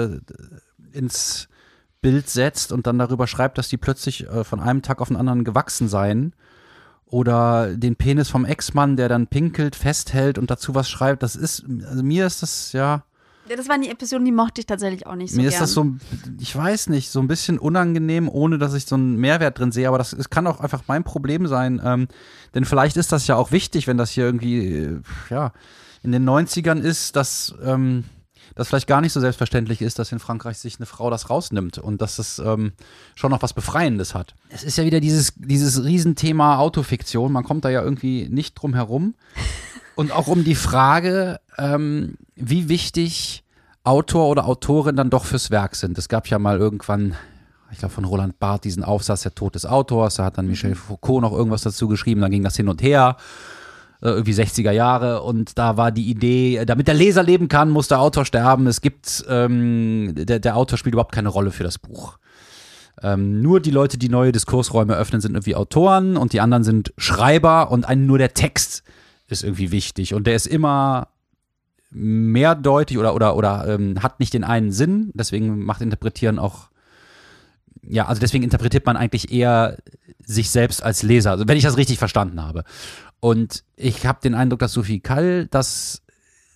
ins Bild setzt und dann darüber schreibt, dass die plötzlich von einem Tag auf den anderen gewachsen seien. Oder den Penis vom Ex-Mann, der dann pinkelt, festhält und dazu was schreibt. Mir ist das, ja, das waren die Episoden, die mochte ich tatsächlich auch nicht so mir gern. Ist das so, ich weiß nicht, so ein bisschen unangenehm, ohne dass ich so einen Mehrwert drin sehe. Aber es kann auch einfach mein Problem sein. Denn vielleicht ist das ja auch wichtig, wenn das hier irgendwie, in den 90ern ist, dass das vielleicht gar nicht so selbstverständlich ist, dass in Frankreich sich eine Frau das rausnimmt und dass es schon noch was Befreiendes hat. Es ist ja wieder dieses Riesenthema Autofiktion. Man kommt da ja irgendwie nicht drum herum. Und auch um die Frage, wie wichtig Autor oder Autorin dann doch fürs Werk sind. Es gab ja mal irgendwann, ich glaube von Roland Barthes, diesen Aufsatz Der Tod des Autors. Da hat dann Michel Foucault noch irgendwas dazu geschrieben. Dann ging das hin und her, irgendwie 60er Jahre. Und da war die Idee, damit der Leser leben kann, muss der Autor sterben. Es gibt, der Autor spielt überhaupt keine Rolle für das Buch. Nur die Leute, die neue Diskursräume öffnen, sind irgendwie Autoren und die anderen sind Schreiber und nur der Text ist irgendwie wichtig und der ist immer mehrdeutig oder hat nicht den einen Sinn, deswegen macht Interpretieren auch, also deswegen interpretiert man eigentlich eher sich selbst als Leser, also wenn ich das richtig verstanden habe. Und ich habe den Eindruck, dass Sophie Kall, dass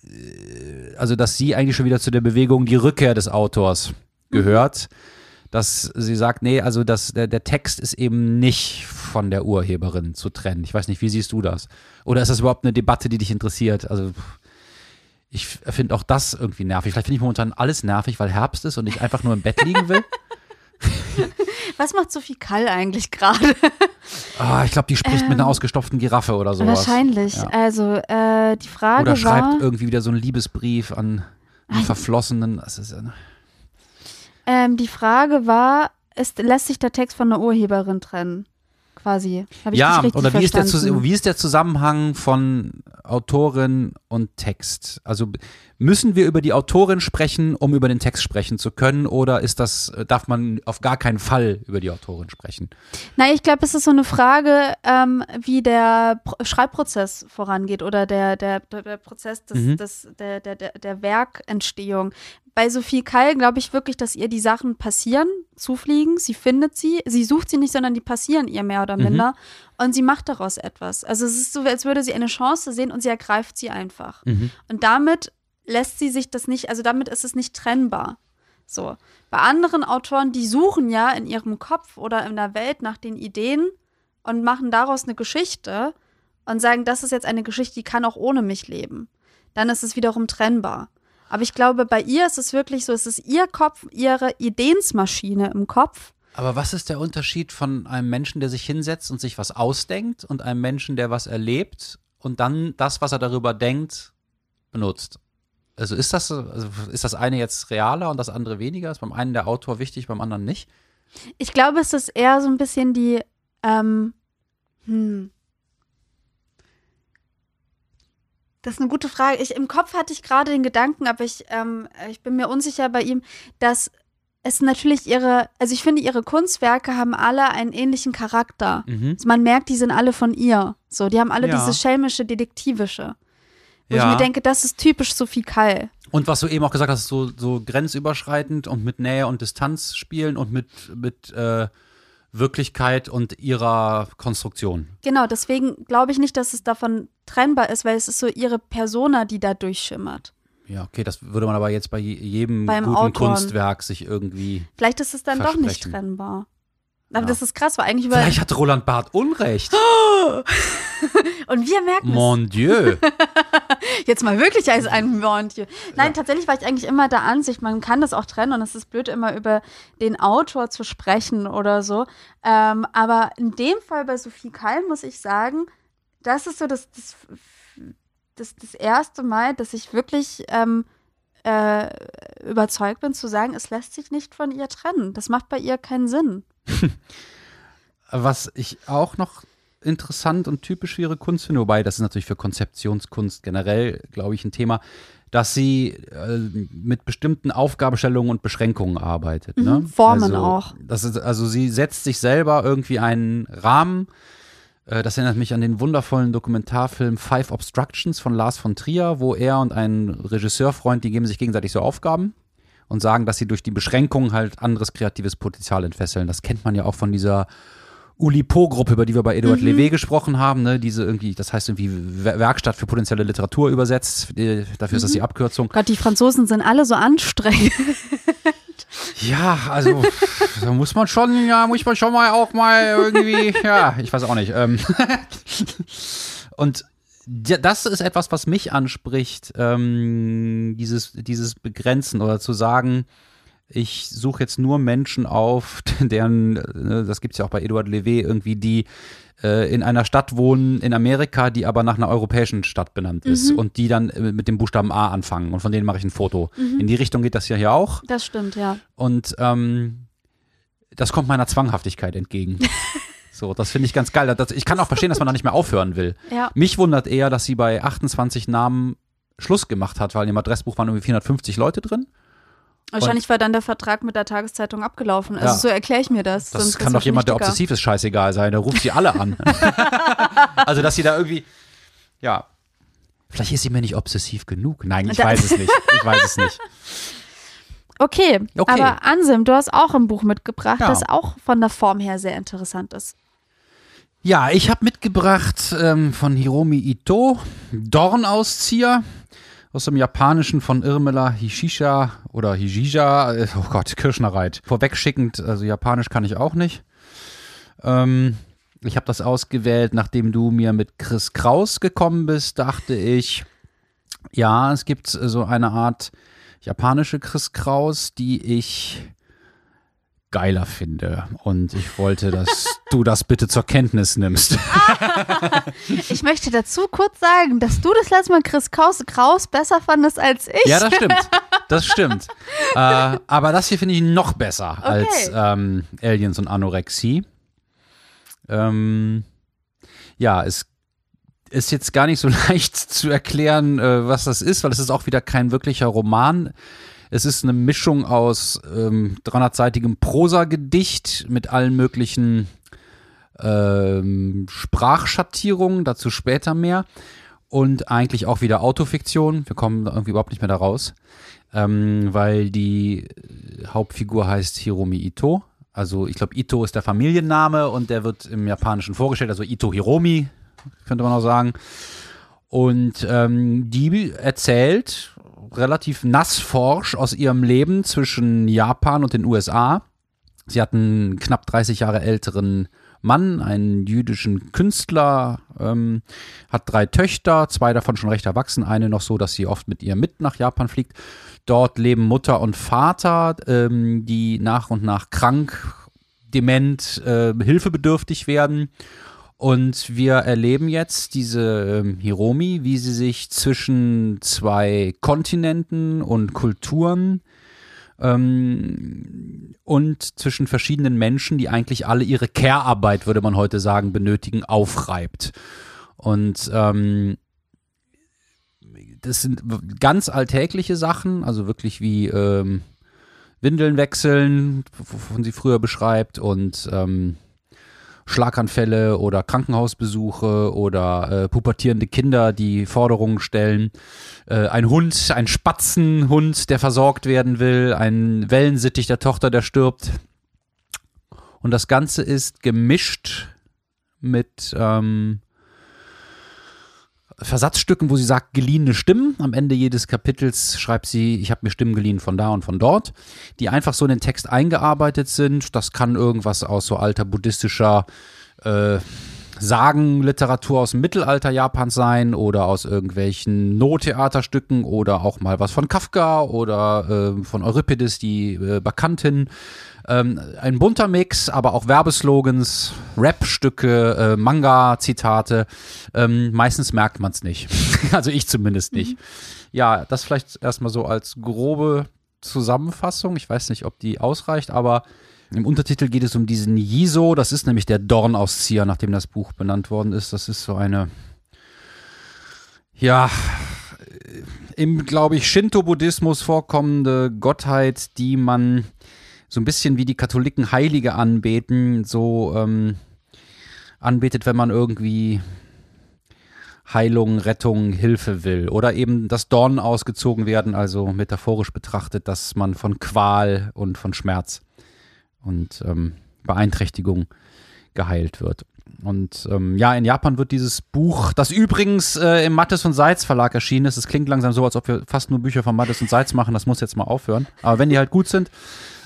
sie eigentlich schon wieder zu der Bewegung die Rückkehr des Autors gehört, dass sie sagt, nee, also der Text ist eben nicht von der Urheberin zu trennen. Ich weiß nicht, wie siehst du das? Oder ist das überhaupt eine Debatte, die dich interessiert? Also ich finde auch das irgendwie nervig. Vielleicht finde ich momentan alles nervig, weil Herbst ist und ich einfach nur im Bett liegen will. Was macht Sophie Kall eigentlich gerade? Ich glaube, die spricht mit einer ausgestopften Giraffe oder sowas. Wahrscheinlich. Ja. Also die Frage oder schreibt war, irgendwie wieder so einen Liebesbrief an einen Verflossenen. Das ist, die Frage war, lässt sich der Text von der Urheberin trennen? Quasi. Hab ich ja, dich richtig oder verstanden? wie ist der Zusammenhang von Autorin und Text? Also müssen wir über die Autorin sprechen, um über den Text sprechen zu können, oder darf man auf gar keinen Fall über die Autorin sprechen? Nein, ich glaube, es ist so eine Frage, wie der Schreibprozess vorangeht oder der Prozess der Werkentstehung. Bei Sophie Kall glaube ich wirklich, dass ihr die Sachen passieren, zufliegen, sie findet sie sucht sie nicht, sondern die passieren ihr mehr oder minder und sie macht daraus etwas. Also es ist so, als würde sie eine Chance sehen und sie ergreift sie einfach. Und damit lässt sie sich das nicht, also damit ist es nicht trennbar. So. Bei anderen Autoren, die suchen ja in ihrem Kopf oder in der Welt nach den Ideen und machen daraus eine Geschichte und sagen, das ist jetzt eine Geschichte, die kann auch ohne mich leben. Dann ist es wiederum trennbar. Aber ich glaube, bei ihr ist es wirklich so, es ist ihr Kopf, ihre Ideensmaschine im Kopf. Aber was ist der Unterschied von einem Menschen, der sich hinsetzt und sich was ausdenkt und einem Menschen, der was erlebt und dann das, was er darüber denkt, benutzt? Also ist das eine jetzt realer und das andere weniger? Ist beim einen der Autor wichtig, beim anderen nicht? Ich glaube, es ist eher so ein bisschen die, Das ist eine gute Frage. Im Kopf hatte ich gerade den Gedanken, aber ich bin mir unsicher bei ihm, dass es natürlich ich finde, ihre Kunstwerke haben alle einen ähnlichen Charakter. Also man merkt, die sind alle von ihr. So, die haben alle dieses schelmische, detektivische. Wo ich mir denke, das ist typisch Sophie Kall. Und was du eben auch gesagt hast, so grenzüberschreitend und mit Nähe und Distanz spielen und mit Wirklichkeit und ihrer Konstruktion. Genau, deswegen glaube ich nicht, dass es davon trennbar ist, weil es ist so ihre Persona, die da durchschimmert. Ja, okay, das würde man aber jetzt bei jedem Beim guten Autoren. Kunstwerk sich irgendwie Vielleicht ist es dann doch nicht versprechen. trennbar. Aber Ja. das ist krass, weil eigentlich Vielleicht hat Roland Barth Unrecht. Und wir merken Mon Dieu. jetzt mal wirklich als ein Mon Dieu. Nein, tatsächlich war ich eigentlich immer der Ansicht, man kann das auch trennen und es ist blöd, immer über den Autor zu sprechen oder so. Aber in dem Fall bei Sophie Kall muss ich sagen, das ist so das erste Mal, dass ich wirklich überzeugt bin zu sagen, es lässt sich nicht von ihr trennen. Das macht bei ihr keinen Sinn. Was ich auch noch interessant und typisch für ihre Kunst finde, wobei das ist natürlich für Konzeptionskunst generell, glaube ich, ein Thema, dass sie mit bestimmten Aufgabenstellungen und Beschränkungen arbeitet. Ne? Formen auch. Also sie setzt sich selber irgendwie einen Rahmen. Das erinnert mich an den wundervollen Dokumentarfilm Five Obstructions von Lars von Trier, wo er und ein Regisseurfreund, die geben sich gegenseitig so Aufgaben und sagen, dass sie durch die Beschränkungen halt anderes kreatives Potenzial entfesseln. Das kennt man ja auch von dieser Oulipo-Gruppe, über die wir bei Edouard Levé gesprochen haben, ne? Diese irgendwie, das heißt irgendwie Werkstatt für potenzielle Literatur übersetzt. Dafür ist das die Abkürzung. Gott, die Franzosen sind alle so anstrengend. Ja, also da muss man schon mal auch mal irgendwie, ja, ich weiß auch nicht. Und das ist etwas, was mich anspricht, dieses Begrenzen oder zu sagen, ich suche jetzt nur Menschen auf, deren, das gibt es ja auch bei Edouard Levé, irgendwie die in einer Stadt wohnen in Amerika, die aber nach einer europäischen Stadt benannt ist und die dann mit dem Buchstaben A anfangen und von denen mache ich ein Foto. In die Richtung geht das ja hier auch. Das stimmt, ja. Und das kommt meiner Zwanghaftigkeit entgegen. So, das finde ich ganz geil. Ich kann auch verstehen, dass man da nicht mehr aufhören will. Ja. Mich wundert eher, dass sie bei 28 Namen Schluss gemacht hat, weil im Adressbuch waren irgendwie 450 Leute drin. Wahrscheinlich war dann der Vertrag mit der Tageszeitung abgelaufen. Also Ja. so erkläre ich mir das. Das Sonst kann ist doch jemand, der wichtiger. obsessiv ist, scheißegal sein. Der ruft sie alle an. Also, dass sie da irgendwie, ja, vielleicht ist sie mir nicht obsessiv genug. Nein, ich weiß es nicht. Okay, Okay. aber Anselm, du hast auch ein Buch mitgebracht, Ja. das auch von der Form her sehr interessant ist. Ja, ich habe mitgebracht von Hiromi Ito, Dornauszieher, aus dem Japanischen von Irmela Hishisha oder Hijija, oh Gott, Kirschnerreit. Vorwegschickend, also Japanisch kann ich auch nicht. Ich habe das ausgewählt, nachdem du mir mit Chris Kraus gekommen bist, dachte ich, ja, es gibt so eine Art japanische Chris Kraus, die ich geiler finde. Und ich wollte, dass du das bitte zur Kenntnis nimmst. Ich möchte dazu kurz sagen, dass du das letzte Mal Chris Kraus besser fandest als ich. Ja, das stimmt. Das stimmt. Aber das hier finde ich noch besser als Aliens und Anorexie. Ja, es ist jetzt gar nicht so leicht zu erklären, was das ist, weil es ist auch wieder kein wirklicher Roman. Es ist eine Mischung aus 300-seitigem Prosagedicht mit allen möglichen Sprachschattierungen, dazu später mehr. Und eigentlich auch wieder Autofiktion. Wir kommen da irgendwie überhaupt nicht mehr da raus, weil die Hauptfigur heißt Hiromi Ito. Also ich glaube, Ito ist der Familienname und der wird im Japanischen vorgestellt, also Ito Hiromi, könnte man auch sagen. Und die erzählt relativ nassforsch aus ihrem Leben zwischen Japan und den USA. Sie hat einen knapp 30 Jahre älteren Mann, einen jüdischen Künstler, hat 3 Töchter, 2 davon schon recht erwachsen, eine noch so, dass sie oft mit ihr mit nach Japan fliegt. Dort leben Mutter und Vater, die nach und nach krank, dement, hilfebedürftig werden. Und wir erleben jetzt diese Hiromi, wie sie sich zwischen 2 Kontinenten und Kulturen und zwischen verschiedenen Menschen, die eigentlich alle ihre Care-Arbeit, würde man heute sagen, benötigen, aufreibt. Und das sind ganz alltägliche Sachen, also wirklich wie Windeln wechseln, wovon sie früher beschreibt, und Schlaganfälle oder Krankenhausbesuche oder pubertierende Kinder, die Forderungen stellen. Ein Hund, ein Spatzenhund, der versorgt werden will, ein Wellensittich der Tochter, der stirbt. Und das Ganze ist gemischt mit Versatzstücken, wo sie sagt, geliehene Stimmen. Am Ende jedes Kapitels schreibt sie, ich habe mir Stimmen geliehen von da und von dort, die einfach so in den Text eingearbeitet sind. Das kann irgendwas aus so alter buddhistischer Sagenliteratur aus dem Mittelalter Japans sein oder aus irgendwelchen No-Theaterstücken oder auch mal was von Kafka oder von Euripides, die Bacchantin. Ein bunter Mix, aber auch Werbeslogans, Rap-Stücke, Manga-Zitate. Meistens merkt man es nicht. Also ich zumindest nicht. Ja, das vielleicht erstmal so als grobe Zusammenfassung. Ich weiß nicht, ob die ausreicht, aber im Untertitel geht es um diesen Jiso. Das ist nämlich der Dornauszieher, nachdem das Buch benannt worden ist. Das ist so eine, ja, im, glaube ich, Shinto-Buddhismus vorkommende Gottheit, die man so ein bisschen wie die Katholiken Heilige anbeten, so anbetet, wenn man irgendwie Heilung, Rettung, Hilfe will. Oder eben das Dorn ausgezogen werden, also metaphorisch betrachtet, dass man von Qual und von Schmerz und Beeinträchtigung geheilt wird. Und ja, in Japan wird dieses Buch, das übrigens im Mattes und Seitz Verlag erschienen ist, es klingt langsam so, als ob wir fast nur Bücher von Mattes und Seitz machen, das muss jetzt mal aufhören. Aber wenn die halt gut sind.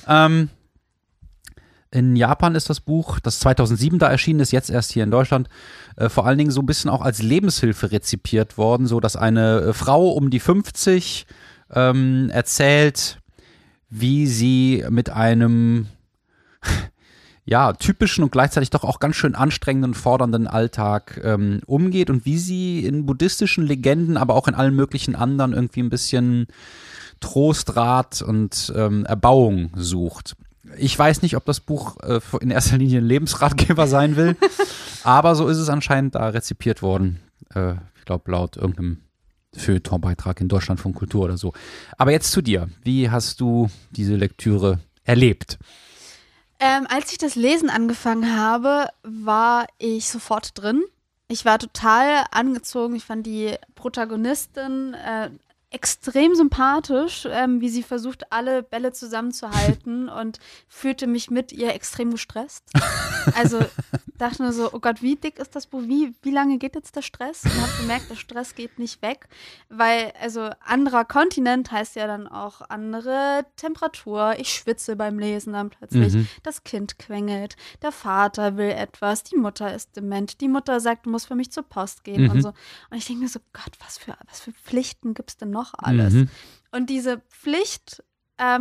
In Japan ist das Buch, das 2007 da erschienen ist, jetzt erst hier in Deutschland, vor allen Dingen so ein bisschen auch als Lebenshilfe rezipiert worden, so dass eine Frau um die 50 erzählt, wie sie mit einem ja, typischen und gleichzeitig doch auch ganz schön anstrengenden, fordernden Alltag umgeht und wie sie in buddhistischen Legenden, aber auch in allen möglichen anderen irgendwie ein bisschen Trost, Rat und Erbauung sucht. Ich weiß nicht, ob das Buch in erster Linie ein Lebensratgeber sein will, aber so ist es anscheinend da rezipiert worden. Ich glaube, laut irgendeinem Feuilleton-Beitrag in Deutschlandfunk Kultur oder so. Aber jetzt zu dir. Wie hast du diese Lektüre erlebt? Als ich das Lesen angefangen habe, war ich sofort drin. Ich war total angezogen. Ich fand die Protagonistin extrem sympathisch, wie sie versucht, alle Bälle zusammenzuhalten und fühlte mich mit ihr extrem gestresst. Also dachte nur so, oh Gott, wie dick ist das Buch? Wie lange geht jetzt der Stress? Und habe gemerkt, der Stress geht nicht weg, weil also anderer Kontinent heißt ja dann auch andere Temperatur. Ich schwitze beim Lesen dann plötzlich. Das Kind quengelt, der Vater will etwas, die Mutter ist dement, die Mutter sagt, du musst für mich zur Post gehen und so. Und ich denke mir so, Gott, was für Pflichten gibt es denn noch alles? Und diese Pflicht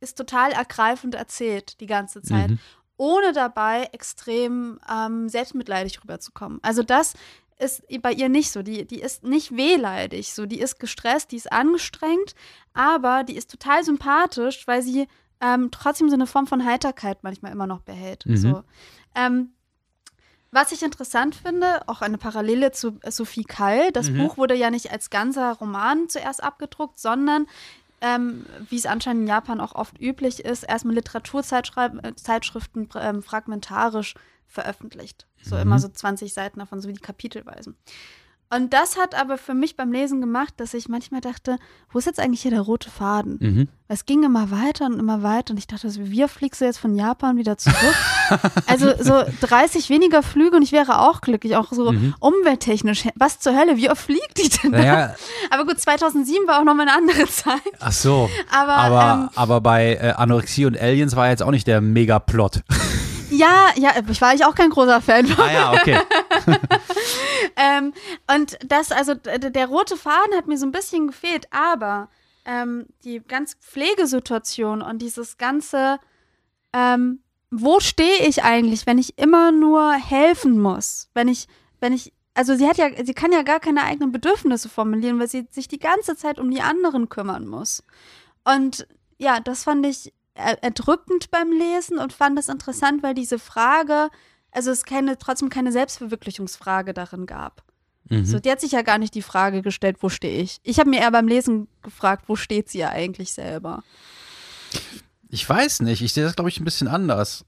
ist total ergreifend erzählt die ganze Zeit, ohne dabei extrem selbstmitleidig rüberzukommen. Also das ist bei ihr nicht so. Die ist nicht wehleidig, so, die ist gestresst, die ist angestrengt, aber die ist total sympathisch, weil sie trotzdem so eine Form von Heiterkeit manchmal immer noch behält. So. Was ich interessant finde, auch eine Parallele zu Sophie Kall, das Buch wurde ja nicht als ganzer Roman zuerst abgedruckt, sondern wie es anscheinend in Japan auch oft üblich ist, erstmal Literaturzeitschriften fragmentarisch veröffentlicht. So immer so 20 Seiten davon, so wie die Kapitelweisen. Und das hat aber für mich beim Lesen gemacht, dass ich manchmal dachte, wo ist jetzt eigentlich hier der rote Faden? Es ging immer weiter und ich dachte, wie fliegst du jetzt von Japan wieder zurück? Also so 30 weniger Flüge und ich wäre auch glücklich, auch so umwelttechnisch. Was zur Hölle, wie oft fliegt die denn da? Aber gut, 2007 war auch noch mal eine andere Zeit. Ach so, aber bei Anorexie und Aliens war jetzt auch nicht der Megaplot. Ja, ich war eigentlich auch kein großer Fan von. Ah ja, okay. Und das, also der rote Faden hat mir so ein bisschen gefehlt, aber die ganze Pflegesituation und dieses ganze, wo stehe ich eigentlich, wenn ich immer nur helfen muss, also sie kann ja gar keine eigenen Bedürfnisse formulieren, weil sie sich die ganze Zeit um die anderen kümmern muss. Und ja, das fand ich erdrückend beim Lesen und fand es interessant, weil diese Frage, also es trotzdem keine Selbstverwirklichungsfrage darin gab. So, die hat sich ja gar nicht die Frage gestellt, wo stehe ich? Ich habe mir eher beim Lesen gefragt, wo steht sie ja eigentlich selber? Ich weiß nicht, ich sehe das, glaube ich, ein bisschen anders.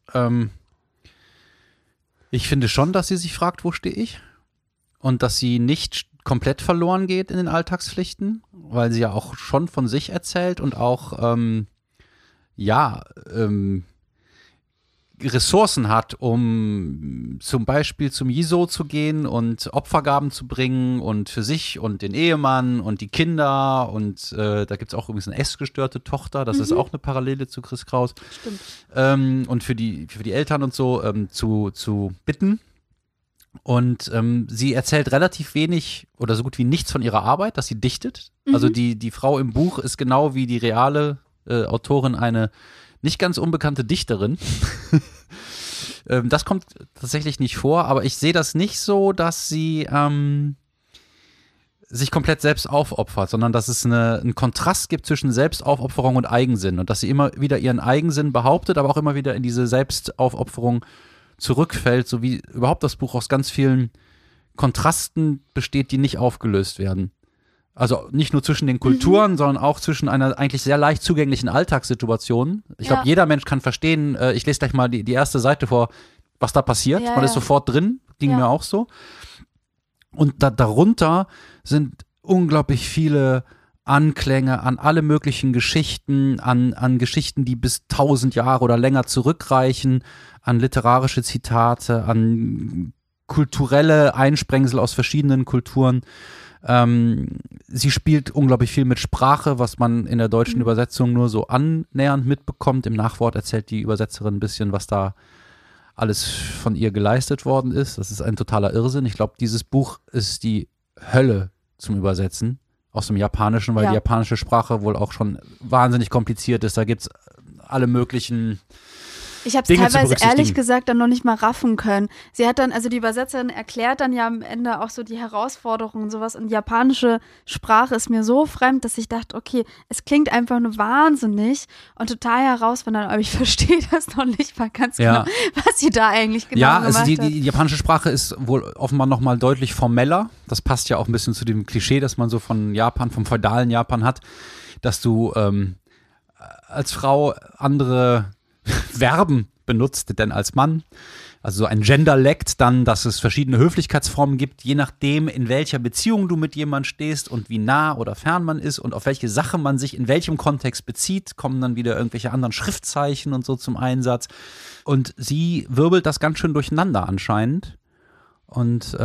Ich finde schon, dass sie sich fragt, wo stehe ich? Und dass sie nicht komplett verloren geht in den Alltagspflichten, weil sie ja auch schon von sich erzählt und auch Ressourcen hat, um zum Beispiel zum Jiso zu gehen und Opfergaben zu bringen und für sich und den Ehemann und die Kinder und da gibt es auch übrigens eine essgestörte Tochter, das ist auch eine Parallele zu Chris Kraus. Stimmt. Und für die Eltern und so zu bitten. Und sie erzählt relativ wenig oder so gut wie nichts von ihrer Arbeit, dass sie dichtet. Also die Frau im Buch ist genau wie die reale Autorin eine nicht ganz unbekannte Dichterin. Das kommt tatsächlich nicht vor, aber ich sehe das nicht so, dass sie sich komplett selbst aufopfert, sondern dass es einen Kontrast gibt zwischen Selbstaufopferung und Eigensinn und dass sie immer wieder ihren Eigensinn behauptet, aber auch immer wieder in diese Selbstaufopferung zurückfällt, so wie überhaupt das Buch aus ganz vielen Kontrasten besteht, die nicht aufgelöst werden. Also nicht nur zwischen den Kulturen, sondern auch zwischen einer eigentlich sehr leicht zugänglichen Alltagssituation. Ich glaube, jeder Mensch kann verstehen, ich lese gleich mal die erste Seite vor, was da passiert. Man ist sofort drin, ging mir auch so. Und darunter sind unglaublich viele Anklänge an alle möglichen Geschichten, an Geschichten, die bis 1000 Jahre oder länger zurückreichen, an literarische Zitate, an kulturelle Einsprengsel aus verschiedenen Kulturen. Sie spielt unglaublich viel mit Sprache, was man in der deutschen Übersetzung nur so annähernd mitbekommt. Im Nachwort erzählt die Übersetzerin ein bisschen, was da alles von ihr geleistet worden ist. Das ist ein totaler Irrsinn. Ich glaube, dieses Buch ist die Hölle zum Übersetzen aus dem Japanischen, weil die japanische Sprache wohl auch schon wahnsinnig kompliziert ist. Da gibt es alle möglichen Ich habe es teilweise ehrlich gesagt dann noch nicht mal raffen können. Sie hat dann, also die Übersetzerin erklärt dann ja am Ende auch so die Herausforderungen und sowas. Und die japanische Sprache ist mir so fremd, dass ich dachte, okay, es klingt einfach nur wahnsinnig und total herausfordernd, aber ich verstehe das noch nicht mal ganz genau, was sie da eigentlich genau gemacht hat. Die japanische Sprache ist wohl offenbar noch mal deutlich formeller. Das passt ja auch ein bisschen zu dem Klischee, das man so von Japan, vom feudalen Japan hat, dass du als Frau andere Verben benutzt denn als Mann. Also so ein Genderlect dann, dass es verschiedene Höflichkeitsformen gibt, je nachdem, in welcher Beziehung du mit jemandem stehst und wie nah oder fern man ist und auf welche Sache man sich in welchem Kontext bezieht, kommen dann wieder irgendwelche anderen Schriftzeichen und so zum Einsatz. Und sie wirbelt das ganz schön durcheinander anscheinend und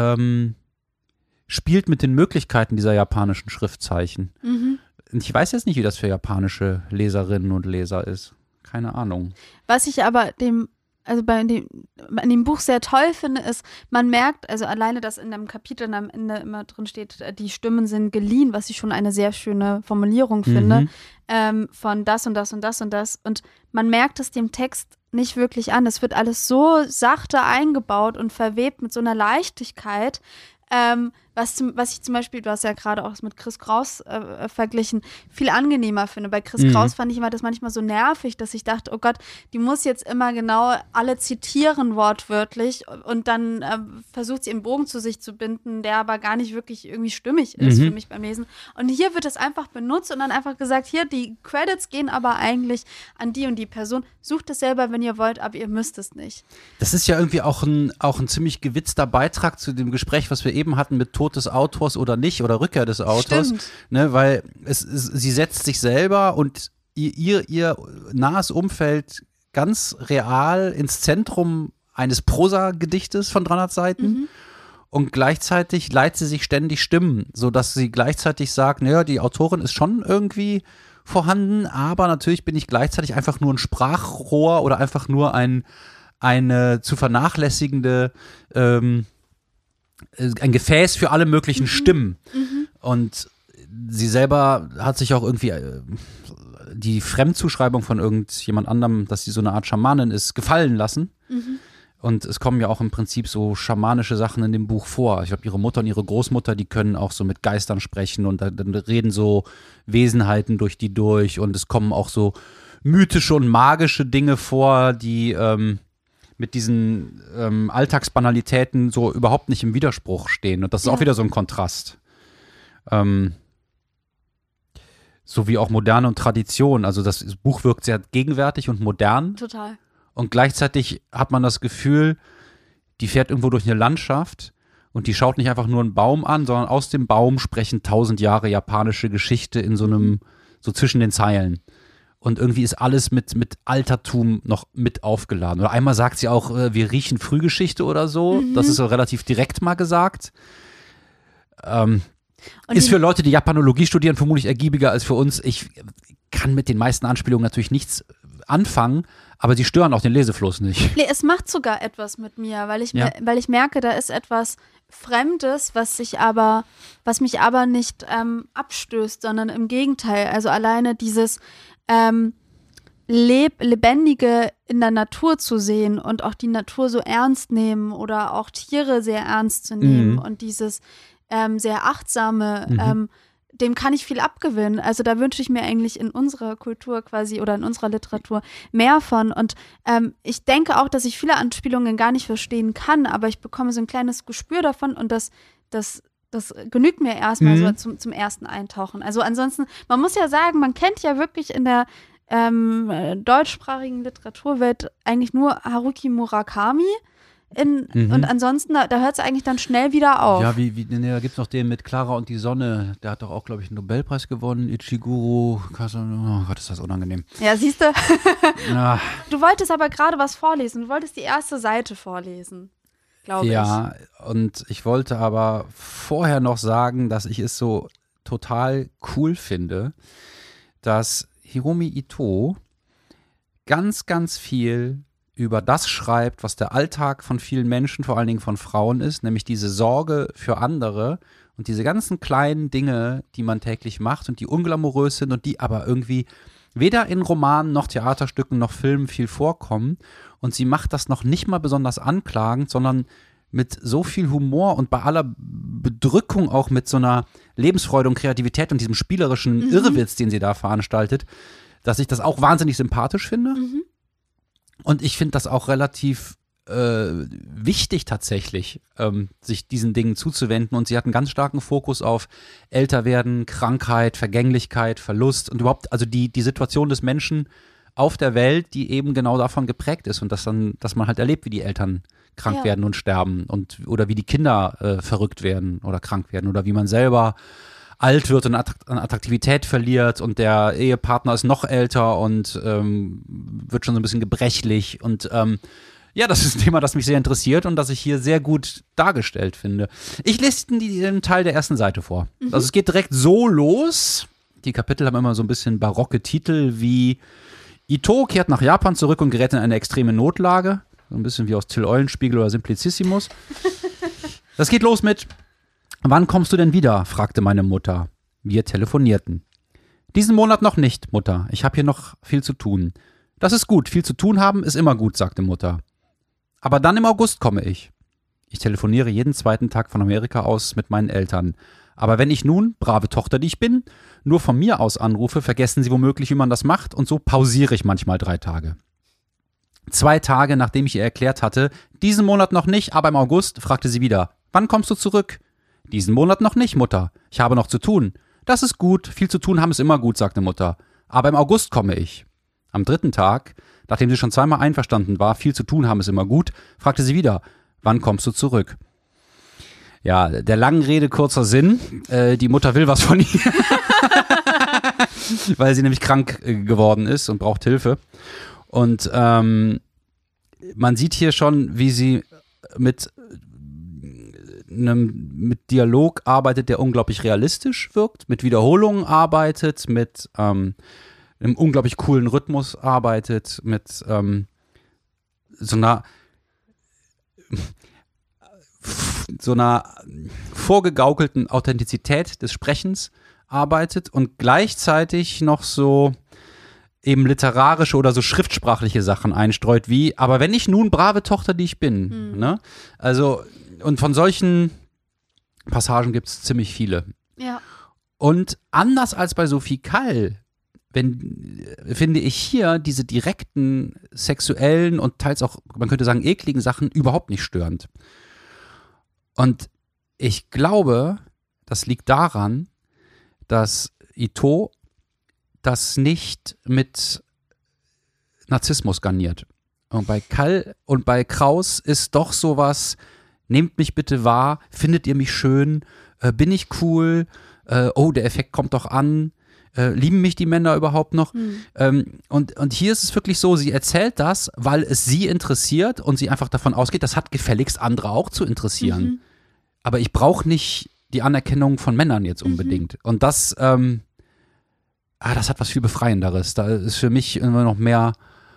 spielt mit den Möglichkeiten dieser japanischen Schriftzeichen. Ich weiß jetzt nicht, wie das für japanische Leserinnen und Leser ist. Keine Ahnung. Was ich aber dem an dem Buch sehr toll finde, ist, man merkt, also alleine, dass in einem Kapitel am Ende immer drin steht, die Stimmen sind geliehen, was ich schon eine sehr schöne Formulierung finde, von das und das und das und das. Und man merkt es dem Text nicht wirklich an. Es wird alles so sachte eingebaut und verwebt mit so einer Leichtigkeit, was ich zum Beispiel, du hast ja gerade auch mit Chris Kraus verglichen, viel angenehmer finde. Bei Chris Kraus fand ich immer das manchmal so nervig, dass ich dachte, oh Gott, die muss jetzt immer genau alle zitieren wortwörtlich und dann versucht sie einen Bogen zu sich zu binden, der aber gar nicht wirklich irgendwie stimmig ist für mich beim Lesen. Und hier wird es einfach benutzt und dann einfach gesagt, hier, die Credits gehen aber eigentlich an die und die Person. Sucht es selber, wenn ihr wollt, aber ihr müsst es nicht. Das ist ja irgendwie auch ein ziemlich gewitzter Beitrag zu dem Gespräch, was wir eben hatten mit Tod des Autors oder nicht oder Rückkehr des Autors, ne, weil sie setzt sich selber und ihr nahes Umfeld ganz real ins Zentrum eines Prosagedichtes von 300 Seiten und gleichzeitig leiht sie sich ständig Stimmen, sodass sie gleichzeitig sagt, naja, die Autorin ist schon irgendwie vorhanden, aber natürlich bin ich gleichzeitig einfach nur ein Sprachrohr oder einfach nur eine zu vernachlässigende ein Gefäß für alle möglichen Stimmen. Und sie selber hat sich auch irgendwie die Fremdzuschreibung von irgendjemand anderem, dass sie so eine Art Schamanin ist, gefallen lassen. Und es kommen ja auch im Prinzip so schamanische Sachen in dem Buch vor. Ich glaube, ihre Mutter und ihre Großmutter, die können auch so mit Geistern sprechen und dann reden so Wesenheiten durch die durch und es kommen auch so mythische und magische Dinge vor, die mit diesen Alltagsbanalitäten so überhaupt nicht im Widerspruch stehen. Und das ist auch wieder so ein Kontrast. So wie auch Moderne und Tradition. Also das Buch wirkt sehr gegenwärtig und modern. Total. Und gleichzeitig hat man das Gefühl, die fährt irgendwo durch eine Landschaft und die schaut nicht einfach nur einen Baum an, sondern aus dem Baum sprechen 1000 Jahre japanische Geschichte in so zwischen den Zeilen. Und irgendwie ist alles mit Altertum noch mit aufgeladen. Oder einmal sagt sie auch, wir riechen Frühgeschichte oder so. Das ist so relativ direkt mal gesagt. Ist für Leute, die Japanologie studieren, vermutlich ergiebiger als für uns. Ich kann mit den meisten Anspielungen natürlich nichts anfangen, aber sie stören auch den Lesefluss nicht. Nee, es macht sogar etwas mit mir, weil ich merke, da ist etwas Fremdes, was mich aber nicht abstößt, sondern im Gegenteil. Also alleine dieses Lebendige in der Natur zu sehen und auch die Natur so ernst nehmen oder auch Tiere sehr ernst zu nehmen und dieses sehr achtsame, dem kann ich viel abgewinnen. Also da wünsche ich mir eigentlich in unserer Kultur quasi oder in unserer Literatur mehr von. Und ich denke auch, dass ich viele Anspielungen gar nicht verstehen kann, aber ich bekomme so ein kleines Gespür davon und das genügt mir erstmal so zum ersten Eintauchen. Also ansonsten, man muss ja sagen, man kennt ja wirklich in der deutschsprachigen Literaturwelt eigentlich nur Haruki Murakami. Und ansonsten, da hört es eigentlich dann schnell wieder auf. Ja, da gibt es noch den mit Clara und die Sonne. Der hat doch auch, glaube ich, einen Nobelpreis gewonnen. Ichiguro Kasano. Oh Gott, ist das unangenehm. Ja, siehst du? Ja. Du wolltest aber gerade was vorlesen. Du wolltest die erste Seite vorlesen, glaube ich. Ja, und ich wollte aber vorher noch sagen, dass ich es so total cool finde, dass Hiromi Ito ganz, ganz viel über das schreibt, was der Alltag von vielen Menschen, vor allen Dingen von Frauen ist, nämlich diese Sorge für andere und diese ganzen kleinen Dinge, die man täglich macht und die unglamourös sind und die aber irgendwie weder in Romanen noch Theaterstücken noch Filmen viel vorkommen. Und sie macht das noch nicht mal besonders anklagend, sondern mit so viel Humor und bei aller Bedrückung auch mit so einer Lebensfreude und Kreativität und diesem spielerischen Irrwitz, den sie da veranstaltet, dass ich das auch wahnsinnig sympathisch finde. Und ich finde das auch relativ wichtig tatsächlich, sich diesen Dingen zuzuwenden. Und sie hat einen ganz starken Fokus auf Älterwerden, Krankheit, Vergänglichkeit, Verlust und überhaupt, also die Situation des Menschen auf der Welt, die eben genau davon geprägt ist und dass man halt erlebt, wie die Eltern krank werden und sterben oder wie die Kinder verrückt werden oder krank werden oder wie man selber alt wird und an Attraktivität verliert und der Ehepartner ist noch älter und wird schon so ein bisschen gebrechlich und ja, das ist ein Thema, das mich sehr interessiert und das ich hier sehr gut dargestellt finde. Ich lese den Teil der ersten Seite vor. Also es geht direkt so los. Die Kapitel haben immer so ein bisschen barocke Titel wie Ito kehrt nach Japan zurück und gerät in eine extreme Notlage. So ein bisschen wie aus Till Eulenspiegel oder Simplicissimus. Das geht los mit: Wann kommst du denn wieder? Fragte meine Mutter. Wir telefonierten. Diesen Monat noch nicht, Mutter. Ich habe hier noch viel zu tun. Das ist gut. Viel zu tun haben ist immer gut, sagte Mutter. Aber dann im August komme ich. Ich telefoniere jeden zweiten Tag von Amerika aus mit meinen Eltern. Aber wenn ich nun, brave Tochter, die ich bin, nur von mir aus anrufe, vergessen sie womöglich, wie man das macht, und so pausiere ich manchmal 3 Tage. 2 Tage, nachdem ich ihr erklärt hatte, diesen Monat noch nicht, aber im August, fragte sie wieder: Wann kommst du zurück? Diesen Monat noch nicht, Mutter. Ich habe noch zu tun. Das ist gut. Viel zu tun haben ist immer gut, sagte Mutter. Aber im August komme ich. Am 3. Tag, nachdem sie schon 2-mal einverstanden war, viel zu tun haben ist immer gut, fragte sie wieder: Wann kommst du zurück? Ja, der langen Rede kurzer Sinn. Die Mutter will was von ihr. Weil sie nämlich krank geworden ist und braucht Hilfe. Und man sieht hier schon, wie sie mit Dialog arbeitet, der unglaublich realistisch wirkt, mit Wiederholungen arbeitet, mit einem unglaublich coolen Rhythmus arbeitet, mit so einer vorgegaukelten Authentizität des Sprechens arbeitet und gleichzeitig noch so eben literarische oder so schriftsprachliche Sachen einstreut, wie: Aber wenn ich nun, brave Tochter, die ich bin. Ne? Also, und von solchen Passagen gibt es ziemlich viele. Ja. Und anders als bei Sophie Kall, finde ich hier diese direkten sexuellen und teils auch, man könnte sagen, ekligen Sachen überhaupt nicht störend. Und ich glaube, das liegt daran, dass Ito das nicht mit Narzissmus garniert. Und bei Kall und bei Kraus ist doch sowas: Nehmt mich bitte wahr, findet ihr mich schön, bin ich cool, oh, der Effekt kommt doch an, lieben mich die Männer überhaupt noch? Und hier ist es wirklich so, sie erzählt das, weil es sie interessiert und sie einfach davon ausgeht, das hat gefälligst andere auch zu interessieren. Aber ich brauche nicht die Anerkennung von Männern jetzt unbedingt. Und das hat was viel Befreienderes. Da ist für mich immer noch mehr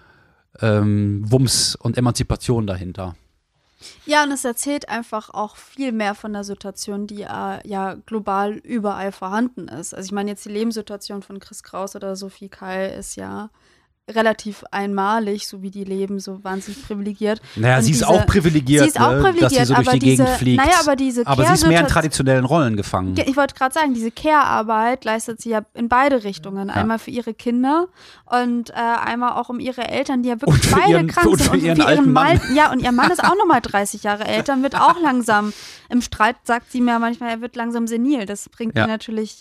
Wumms und Emanzipation dahinter. Ja, und es erzählt einfach auch viel mehr von der Situation, die ja global überall vorhanden ist. Also ich meine, jetzt die Lebenssituation von Chris Kraus oder Sophie Kall ist ja relativ einmalig, so wie die leben, so wahnsinnig privilegiert. Naja, sie ist auch privilegiert, sie ist auch privilegiert, dass sie so durch die Gegend fliegt. Naja, aber sie ist mehr in traditionellen Rollen gefangen. Ich wollte gerade sagen, diese Care-Arbeit leistet sie ja in beide Richtungen. Ja. Einmal für ihre Kinder und einmal auch um ihre Eltern, die ja wirklich beide krank sind. Und für ihren alten Mann. Ja, und ihr Mann ist auch nochmal 30 Jahre älter und wird auch langsam, im Streit sagt sie mir manchmal, er wird langsam senil. Das bringt ihn natürlich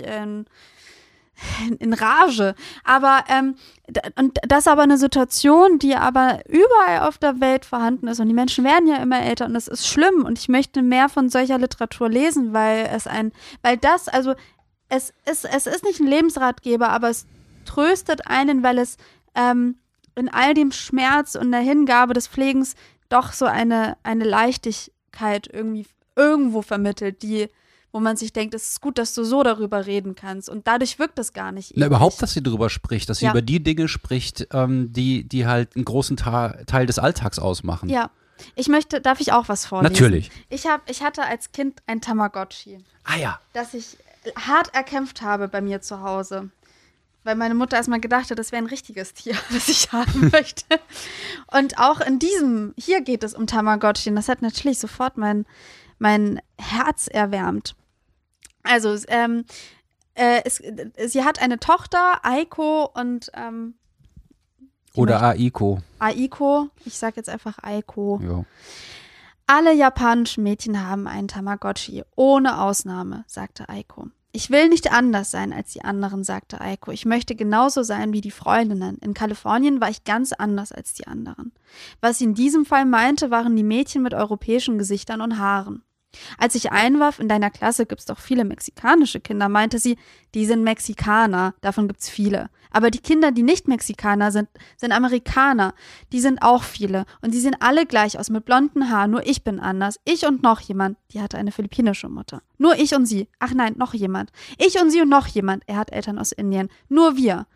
in Rage. Aber und das ist aber eine Situation, die aber überall auf der Welt vorhanden ist und die Menschen werden ja immer älter und das ist schlimm und ich möchte mehr von solcher Literatur lesen, es ist nicht ein Lebensratgeber, aber es tröstet einen, weil es in all dem Schmerz und der Hingabe des Pflegens doch so eine Leichtigkeit irgendwo vermittelt, wo man sich denkt, es ist gut, dass du so darüber reden kannst. Und dadurch wirkt das gar nicht. Na, überhaupt, dass sie darüber spricht, dass sie über die Dinge spricht, die halt einen großen Teil des Alltags ausmachen. Ja. Darf ich auch was vorlesen? Natürlich. Ich hatte als Kind ein Tamagotchi. Ah ja. Das ich hart erkämpft habe bei mir zu Hause. Weil meine Mutter erstmal gedacht hat, das wäre ein richtiges Tier, das ich haben möchte. Und auch hier geht es um Tamagotchi. Und das hat natürlich sofort mein Herz erwärmt. Also, sie hat eine Tochter, Aiko, und oder Aiko. Aiko, ich sag jetzt einfach Aiko. Jo. Alle japanischen Mädchen haben einen Tamagotchi, ohne Ausnahme, sagte Aiko. Ich will nicht anders sein als die anderen, sagte Aiko. Ich möchte genauso sein wie die Freundinnen. In Kalifornien war ich ganz anders als die anderen. Was sie in diesem Fall meinte, waren die Mädchen mit europäischen Gesichtern und Haaren. Als ich einwarf, in deiner Klasse gibt's doch viele mexikanische Kinder, meinte sie, die sind Mexikaner, davon gibt's viele. Aber die Kinder, die nicht Mexikaner sind Amerikaner, die sind auch viele. Und die sehen alle gleich aus, mit blonden Haaren, nur ich bin anders. Ich und noch jemand, die hatte eine philippinische Mutter. Nur ich und sie, ach nein, noch jemand. Ich und sie und noch jemand, er hat Eltern aus Indien. Nur wir.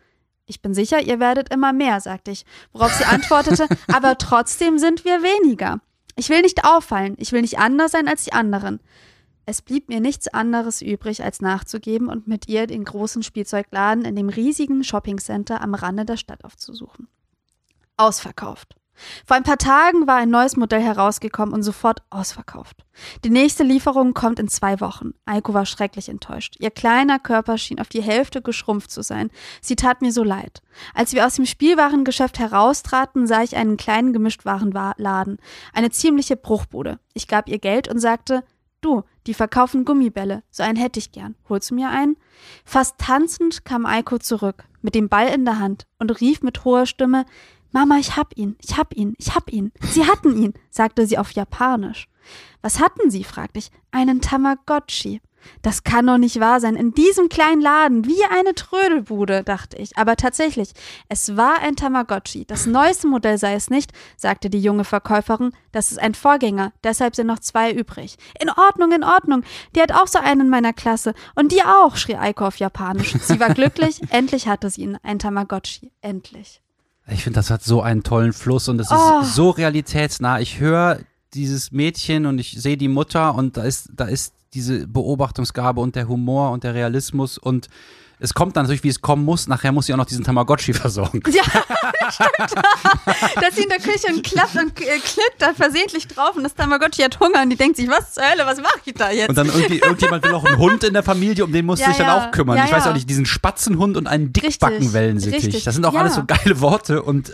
Ich bin sicher, ihr werdet immer mehr, sagte ich, worauf sie antwortete, aber trotzdem sind wir weniger. Ich will nicht auffallen, ich will nicht anders sein als die anderen. Es blieb mir nichts anderes übrig, als nachzugeben und mit ihr den großen Spielzeugladen in dem riesigen Shoppingcenter am Rande der Stadt aufzusuchen. Ausverkauft. Vor ein paar Tagen war ein neues Modell herausgekommen und sofort ausverkauft. Die nächste Lieferung kommt in 2 Wochen. Aiko war schrecklich enttäuscht. Ihr kleiner Körper schien auf die Hälfte geschrumpft zu sein. Sie tat mir so leid. Als wir aus dem Spielwarengeschäft heraustraten, sah ich einen kleinen Gemischtwarenladen. Eine ziemliche Bruchbude. Ich gab ihr Geld und sagte, du, die verkaufen Gummibälle. So einen hätte ich gern. Holst du mir einen? Fast tanzend kam Aiko zurück, mit dem Ball in der Hand und rief mit hoher Stimme, Mama, ich hab ihn, ich hab ihn, ich hab ihn. Sie hatten ihn, sagte sie auf Japanisch. Was hatten sie, fragte ich. Einen Tamagotchi. Das kann doch nicht wahr sein. In diesem kleinen Laden, wie eine Trödelbude, dachte ich. Aber tatsächlich, es war ein Tamagotchi. Das neueste Modell sei es nicht, sagte die junge Verkäuferin. Das ist ein Vorgänger, deshalb sind noch 2 übrig. In Ordnung, in Ordnung. Die hat auch so einen in meiner Klasse. Und die auch, schrie Aiko auf Japanisch. Sie war glücklich, endlich hatte sie ihn, ein Tamagotchi. Endlich. Ich finde, das hat so einen tollen Fluss und es ist so realitätsnah. Ich höre dieses Mädchen und ich sehe die Mutter und da ist diese Beobachtungsgabe und der Humor und der Realismus und es kommt dann natürlich, wie es kommen muss. Nachher muss sie auch noch diesen Tamagotchi versorgen. Ja, stimmt. Dass sie in der Küche und klappt und klickt da versehentlich drauf und das Tamagotchi hat Hunger und die denkt sich, was zur Hölle, was mache ich da jetzt? Und dann irgendjemand will auch einen Hund in der Familie, um den musst du dich dann auch kümmern. Ja, ich weiß auch nicht, diesen Spatzenhund und einen Dickbackenwellensittich. Das sind auch alles so geile Worte und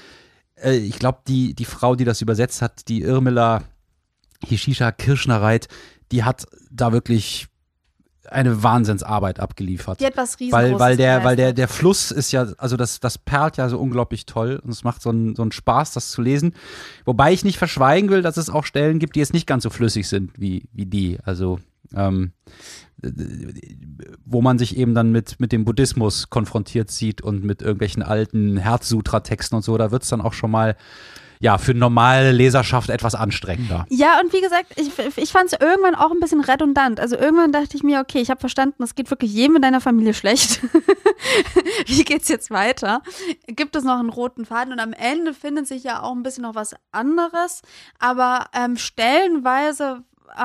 ich glaube, die Frau, die das übersetzt hat, die Irmela Hishisha Kirschner-Reit, die hat da wirklich eine Wahnsinnsarbeit abgeliefert. Die hat was Riesengroßes weil der Fluss ist ja, also das perlt ja so unglaublich toll und es macht so einen Spaß, das zu lesen. Wobei ich nicht verschweigen will, dass es auch Stellen gibt, die jetzt nicht ganz so flüssig sind wie die. Also wo man sich eben dann mit dem Buddhismus konfrontiert sieht und mit irgendwelchen alten Herzsutra-Texten und so, da wird es dann auch schon mal ja, für normale Leserschaft etwas anstrengender. Ja, und wie gesagt, ich fand es irgendwann auch ein bisschen redundant. Also irgendwann dachte ich mir, okay, ich habe verstanden, es geht wirklich jedem in deiner Familie schlecht. Wie geht's jetzt weiter? Gibt es noch einen roten Faden? Und am Ende findet sich ja auch ein bisschen noch was anderes. Aber stellenweise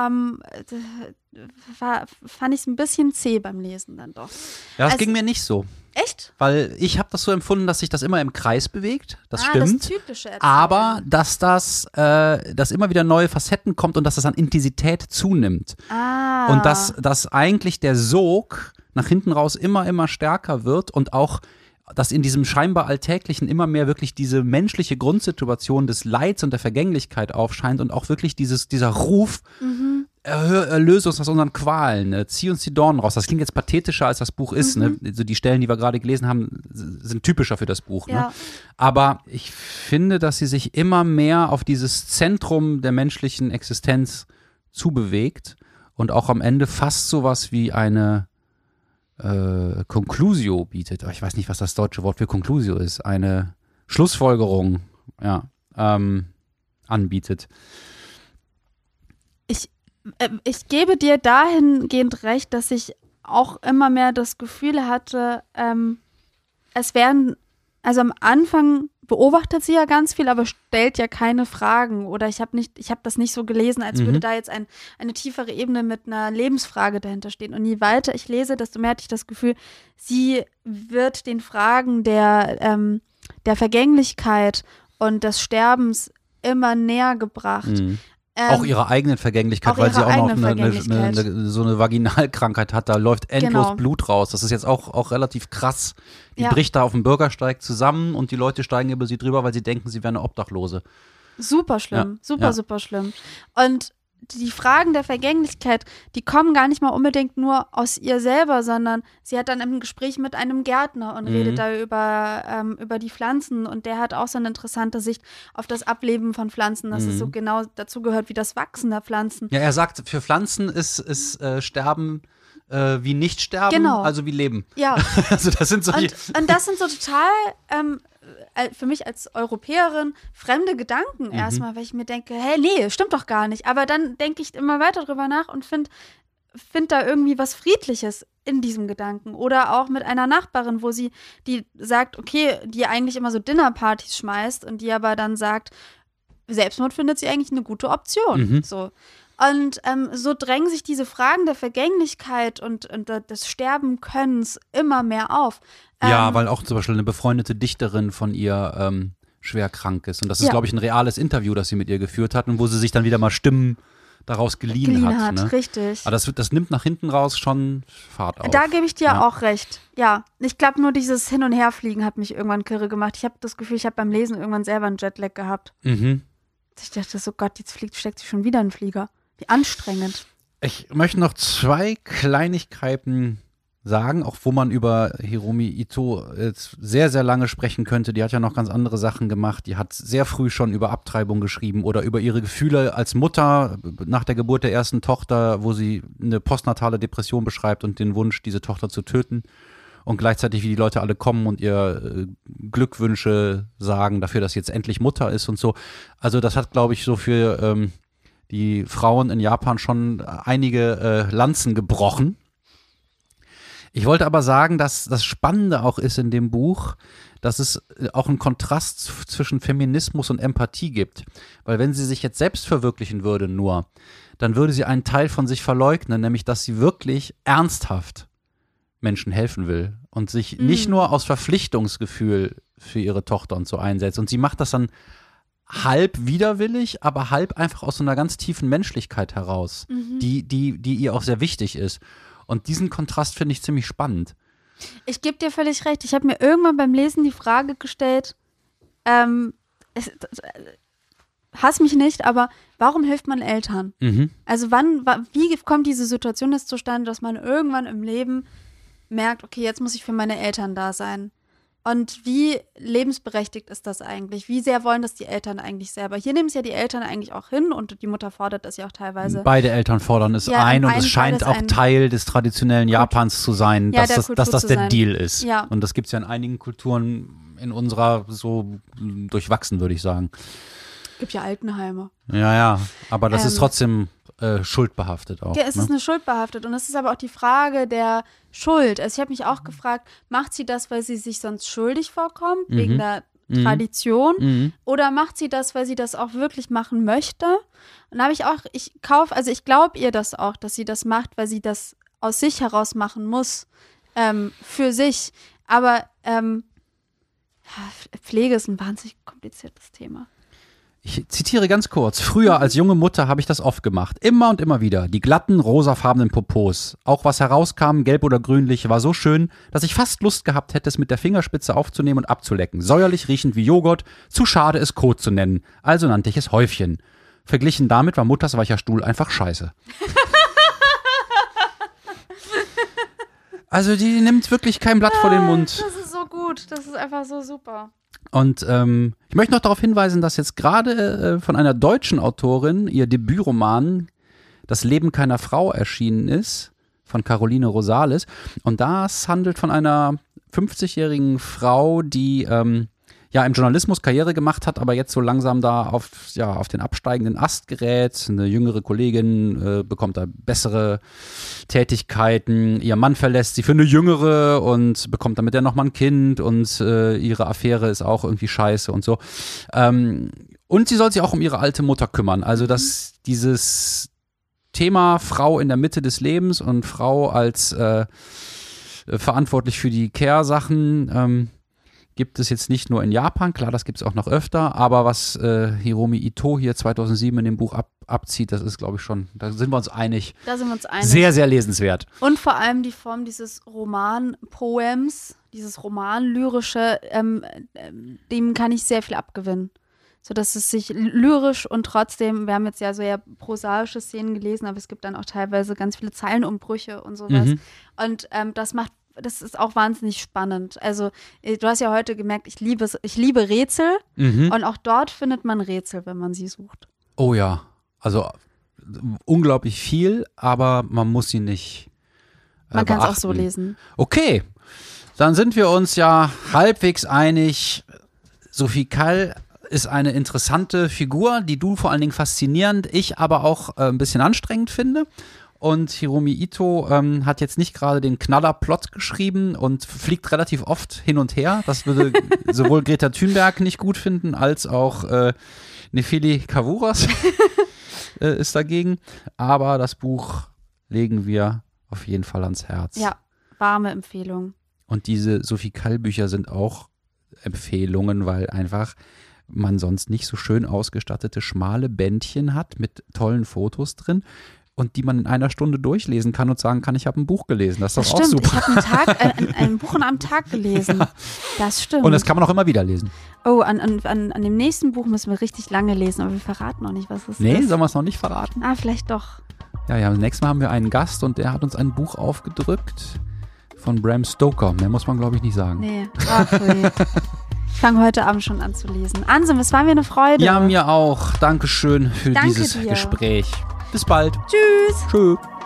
fand ich es ein bisschen zäh beim Lesen dann doch. Ja, das ging mir nicht so. Echt? Weil ich habe das so empfunden, dass sich das immer im Kreis bewegt. Das Das stimmt. Typische Erzählen. Aber dass dass immer wieder neue Facetten kommt und dass das an Intensität zunimmt. Und dass eigentlich der Sog nach hinten raus immer stärker wird und auch dass in diesem scheinbar Alltäglichen immer mehr wirklich diese menschliche Grundsituation des Leids und der Vergänglichkeit aufscheint und auch wirklich dieser Ruf, erlöse uns aus unseren Qualen, zieh uns die Dornen raus. Das klingt jetzt pathetischer, als das Buch ist. Ne? Also die Stellen, die wir gerade gelesen haben, sind typischer für das Buch. Ja. Ne? Aber ich finde, dass sie sich immer mehr auf dieses Zentrum der menschlichen Existenz zubewegt und auch am Ende fast sowas wie eine Conclusio bietet. Ich weiß nicht, was das deutsche Wort für Conclusio ist. Eine Schlussfolgerung, anbietet. Ich gebe dir dahingehend recht, dass ich auch immer mehr das Gefühl hatte, es werden, also am Anfang beobachtet sie ja ganz viel, aber stellt ja keine Fragen. Oder ich habe das nicht so gelesen, als würde da jetzt eine tiefere Ebene mit einer Lebensfrage dahinter stehen. Und je weiter ich lese, desto mehr hatte ich das Gefühl, sie wird den Fragen der Vergänglichkeit und des Sterbens immer näher gebracht. Auch ihre eigenen Vergänglichkeit, weil sie auch noch so eine Vaginalkrankheit hat, da läuft endlos Blut raus. Das ist jetzt auch relativ krass. Die bricht da auf dem Bürgersteig zusammen und die Leute steigen über sie drüber, weil sie denken, sie wäre eine Obdachlose. Super schlimm, super schlimm. Und die Fragen der Vergänglichkeit, die kommen gar nicht mal unbedingt nur aus ihr selber, sondern sie hat dann im Gespräch mit einem Gärtner und redet da über die Pflanzen und der hat auch so eine interessante Sicht auf das Ableben von Pflanzen, dass es so genau dazu gehört wie das Wachsen der Pflanzen. Ja, er sagt, für Pflanzen ist Sterben wie nicht sterben, also wie Leben. Ja. Also das sind solche und das sind so total für mich als Europäerin fremde Gedanken erstmal, weil ich mir denke, hey, nee, stimmt doch gar nicht. Aber dann denke ich immer weiter drüber nach und finde da irgendwie was Friedliches in diesem Gedanken. Oder auch mit einer Nachbarin, die sagt, okay, die eigentlich immer so Dinnerpartys schmeißt und die aber dann sagt, Selbstmord findet sie eigentlich eine gute Option. So. Und so drängen sich diese Fragen der Vergänglichkeit und des Sterbenkönnens immer mehr auf. Ja, weil auch zum Beispiel eine befreundete Dichterin von ihr schwer krank ist. Und das ist, glaube ich, ein reales Interview, das sie mit ihr geführt hat und wo sie sich dann wieder mal Stimmen daraus geliehen hat. Ne? Richtig. Aber das nimmt nach hinten raus schon Fahrt auf. Da gebe ich dir auch recht. Ja, ich glaube nur dieses Hin- und Herfliegen hat mich irgendwann kirre gemacht. Ich habe das Gefühl, ich habe beim Lesen irgendwann selber einen Jetlag gehabt. Ich dachte so, Gott, jetzt steckt sich schon wieder ein Flieger. Wie anstrengend. Ich möchte noch 2 Kleinigkeiten sagen, auch wo man über Hiromi Ito jetzt sehr, sehr lange sprechen könnte. Die hat ja noch ganz andere Sachen gemacht. Die hat sehr früh schon über Abtreibung geschrieben oder über ihre Gefühle als Mutter nach der Geburt der ersten Tochter, wo sie eine postnatale Depression beschreibt und den Wunsch, diese Tochter zu töten. Und gleichzeitig, wie die Leute alle kommen und ihr Glückwünsche sagen dafür, dass sie jetzt endlich Mutter ist und so. Also das hat, glaube ich, so für die Frauen in Japan schon einige Lanzen gebrochen. Ich wollte aber sagen, dass das Spannende auch ist in dem Buch, dass es auch einen Kontrast zwischen Feminismus und Empathie gibt. Weil wenn sie sich jetzt selbst verwirklichen würde nur, dann würde sie einen Teil von sich verleugnen, nämlich dass sie wirklich ernsthaft Menschen helfen will und sich nicht nur aus Verpflichtungsgefühl für ihre Tochter und so einsetzt. Und sie macht das dann halb widerwillig, aber halb einfach aus so einer ganz tiefen Menschlichkeit heraus, die ihr auch sehr wichtig ist. Und diesen Kontrast finde ich ziemlich spannend. Ich gebe dir völlig recht. Ich habe mir irgendwann beim Lesen die Frage gestellt, hass mich nicht, aber warum hilft man Eltern? Also wie kommt diese Situation jetzt zustande, dass man irgendwann im Leben merkt, okay, jetzt muss ich für meine Eltern da sein? Und wie lebensberechtigt ist das eigentlich? Wie sehr wollen das die Eltern eigentlich selber? Hier nehmen es ja die Eltern eigentlich auch hin und die Mutter fordert das ja auch teilweise. Beide Eltern fordern es ein und es scheint auch Teil des traditionellen Japans zu sein, dass das der Deal ist. Ja. Und das gibt es ja in einigen Kulturen in unserer so durchwachsen, würde ich sagen. Es gibt ja Altenheime. Ja, aber das ist trotzdem schuldbehaftet auch. Ja, es ist eine schuldbehaftet und es ist aber auch die Frage der Schuld. Also ich habe mich auch gefragt, macht sie das, weil sie sich sonst schuldig vorkommt, wegen der Tradition, oder macht sie das, weil sie das auch wirklich machen möchte? Und da habe ich auch, ich glaube ihr das auch, dass sie das macht, weil sie das aus sich heraus machen muss, für sich. Aber Pflege ist ein wahnsinnig kompliziertes Thema. Ich zitiere ganz kurz. Früher als junge Mutter habe ich das oft gemacht. Immer und immer wieder. Die glatten, rosafarbenen Popos. Auch was herauskam, gelb oder grünlich, war so schön, dass ich fast Lust gehabt hätte, es mit der Fingerspitze aufzunehmen und abzulecken. Säuerlich riechend wie Joghurt. Zu schade, es Kot zu nennen. Also nannte ich es Häufchen. Verglichen damit war Mutters weicher Stuhl einfach scheiße. Also die nimmt wirklich kein Blatt vor den Mund. Das ist so gut. Das ist einfach so super. Und ich möchte noch darauf hinweisen, dass jetzt gerade von einer deutschen Autorin ihr Debütroman Das Leben keiner Frau erschienen ist, von Caroline Rosales. Und das handelt von einer 50-jährigen Frau, die im Journalismus Karriere gemacht hat, aber jetzt so langsam da auf den absteigenden Ast gerät. Eine jüngere Kollegin bekommt da bessere Tätigkeiten. Ihr Mann verlässt sie für eine jüngere und bekommt dann mit der nochmal ein Kind und ihre Affäre ist auch irgendwie scheiße und so. Und sie soll sich auch um ihre alte Mutter kümmern. Also dass dieses Thema Frau in der Mitte des Lebens und Frau als verantwortlich für die Care-Sachen gibt es jetzt nicht nur in Japan, klar, das gibt es auch noch öfter, aber was Hiromi Ito hier 2007 in dem Buch abzieht, das ist, glaube ich, schon, da sind wir uns einig. Da sind wir uns einig. Sehr, sehr lesenswert. Und vor allem die Form dieses Roman-Poems, dieses Roman-lyrische, dem kann ich sehr viel abgewinnen. So dass es sich lyrisch und trotzdem, wir haben jetzt ja so eher prosaische Szenen gelesen, aber es gibt dann auch teilweise ganz viele Zeilenumbrüche und sowas. Und das ist auch wahnsinnig spannend. Also du hast ja heute gemerkt, ich liebe Rätsel und auch dort findet man Rätsel, wenn man sie sucht. Oh ja, also unglaublich viel, aber man muss sie nicht man kann es auch so lesen. Okay, dann sind wir uns ja halbwegs einig. Sophie Kall ist eine interessante Figur, die du vor allen Dingen faszinierend, ich aber auch ein bisschen anstrengend finde. Und Hiromi Ito hat jetzt nicht gerade den Knallerplot geschrieben und fliegt relativ oft hin und her. Das würde sowohl Greta Thunberg nicht gut finden, als auch Nefeli Kavouras ist dagegen. Aber das Buch legen wir auf jeden Fall ans Herz. Ja, warme Empfehlung. Und diese Sophie Kall-Bücher sind auch Empfehlungen, weil einfach man sonst nicht so schön ausgestattete, schmale Bändchen hat mit tollen Fotos drin und die man in einer Stunde durchlesen kann und sagen kann, ich habe ein Buch gelesen. Das ist doch auch stimmt. super. Ich habe ein Buch am Tag gelesen. Ja. Das stimmt. Und das kann man auch immer wieder lesen. Oh, an dem nächsten Buch müssen wir richtig lange lesen, aber wir verraten noch nicht, was es ist. Nee, sollen wir es noch nicht verraten? Ah, vielleicht doch. Ja, das nächste Mal haben wir einen Gast und der hat uns ein Buch aufgedrückt von Bram Stoker. Mehr muss man, glaube ich, nicht sagen. Nee, ich fange heute Abend schon an zu lesen. Ansem, es war mir eine Freude. Ja, mir auch. Dankeschön für Danke dieses dir. Gespräch. Bis bald. Tschüss. Tschüss.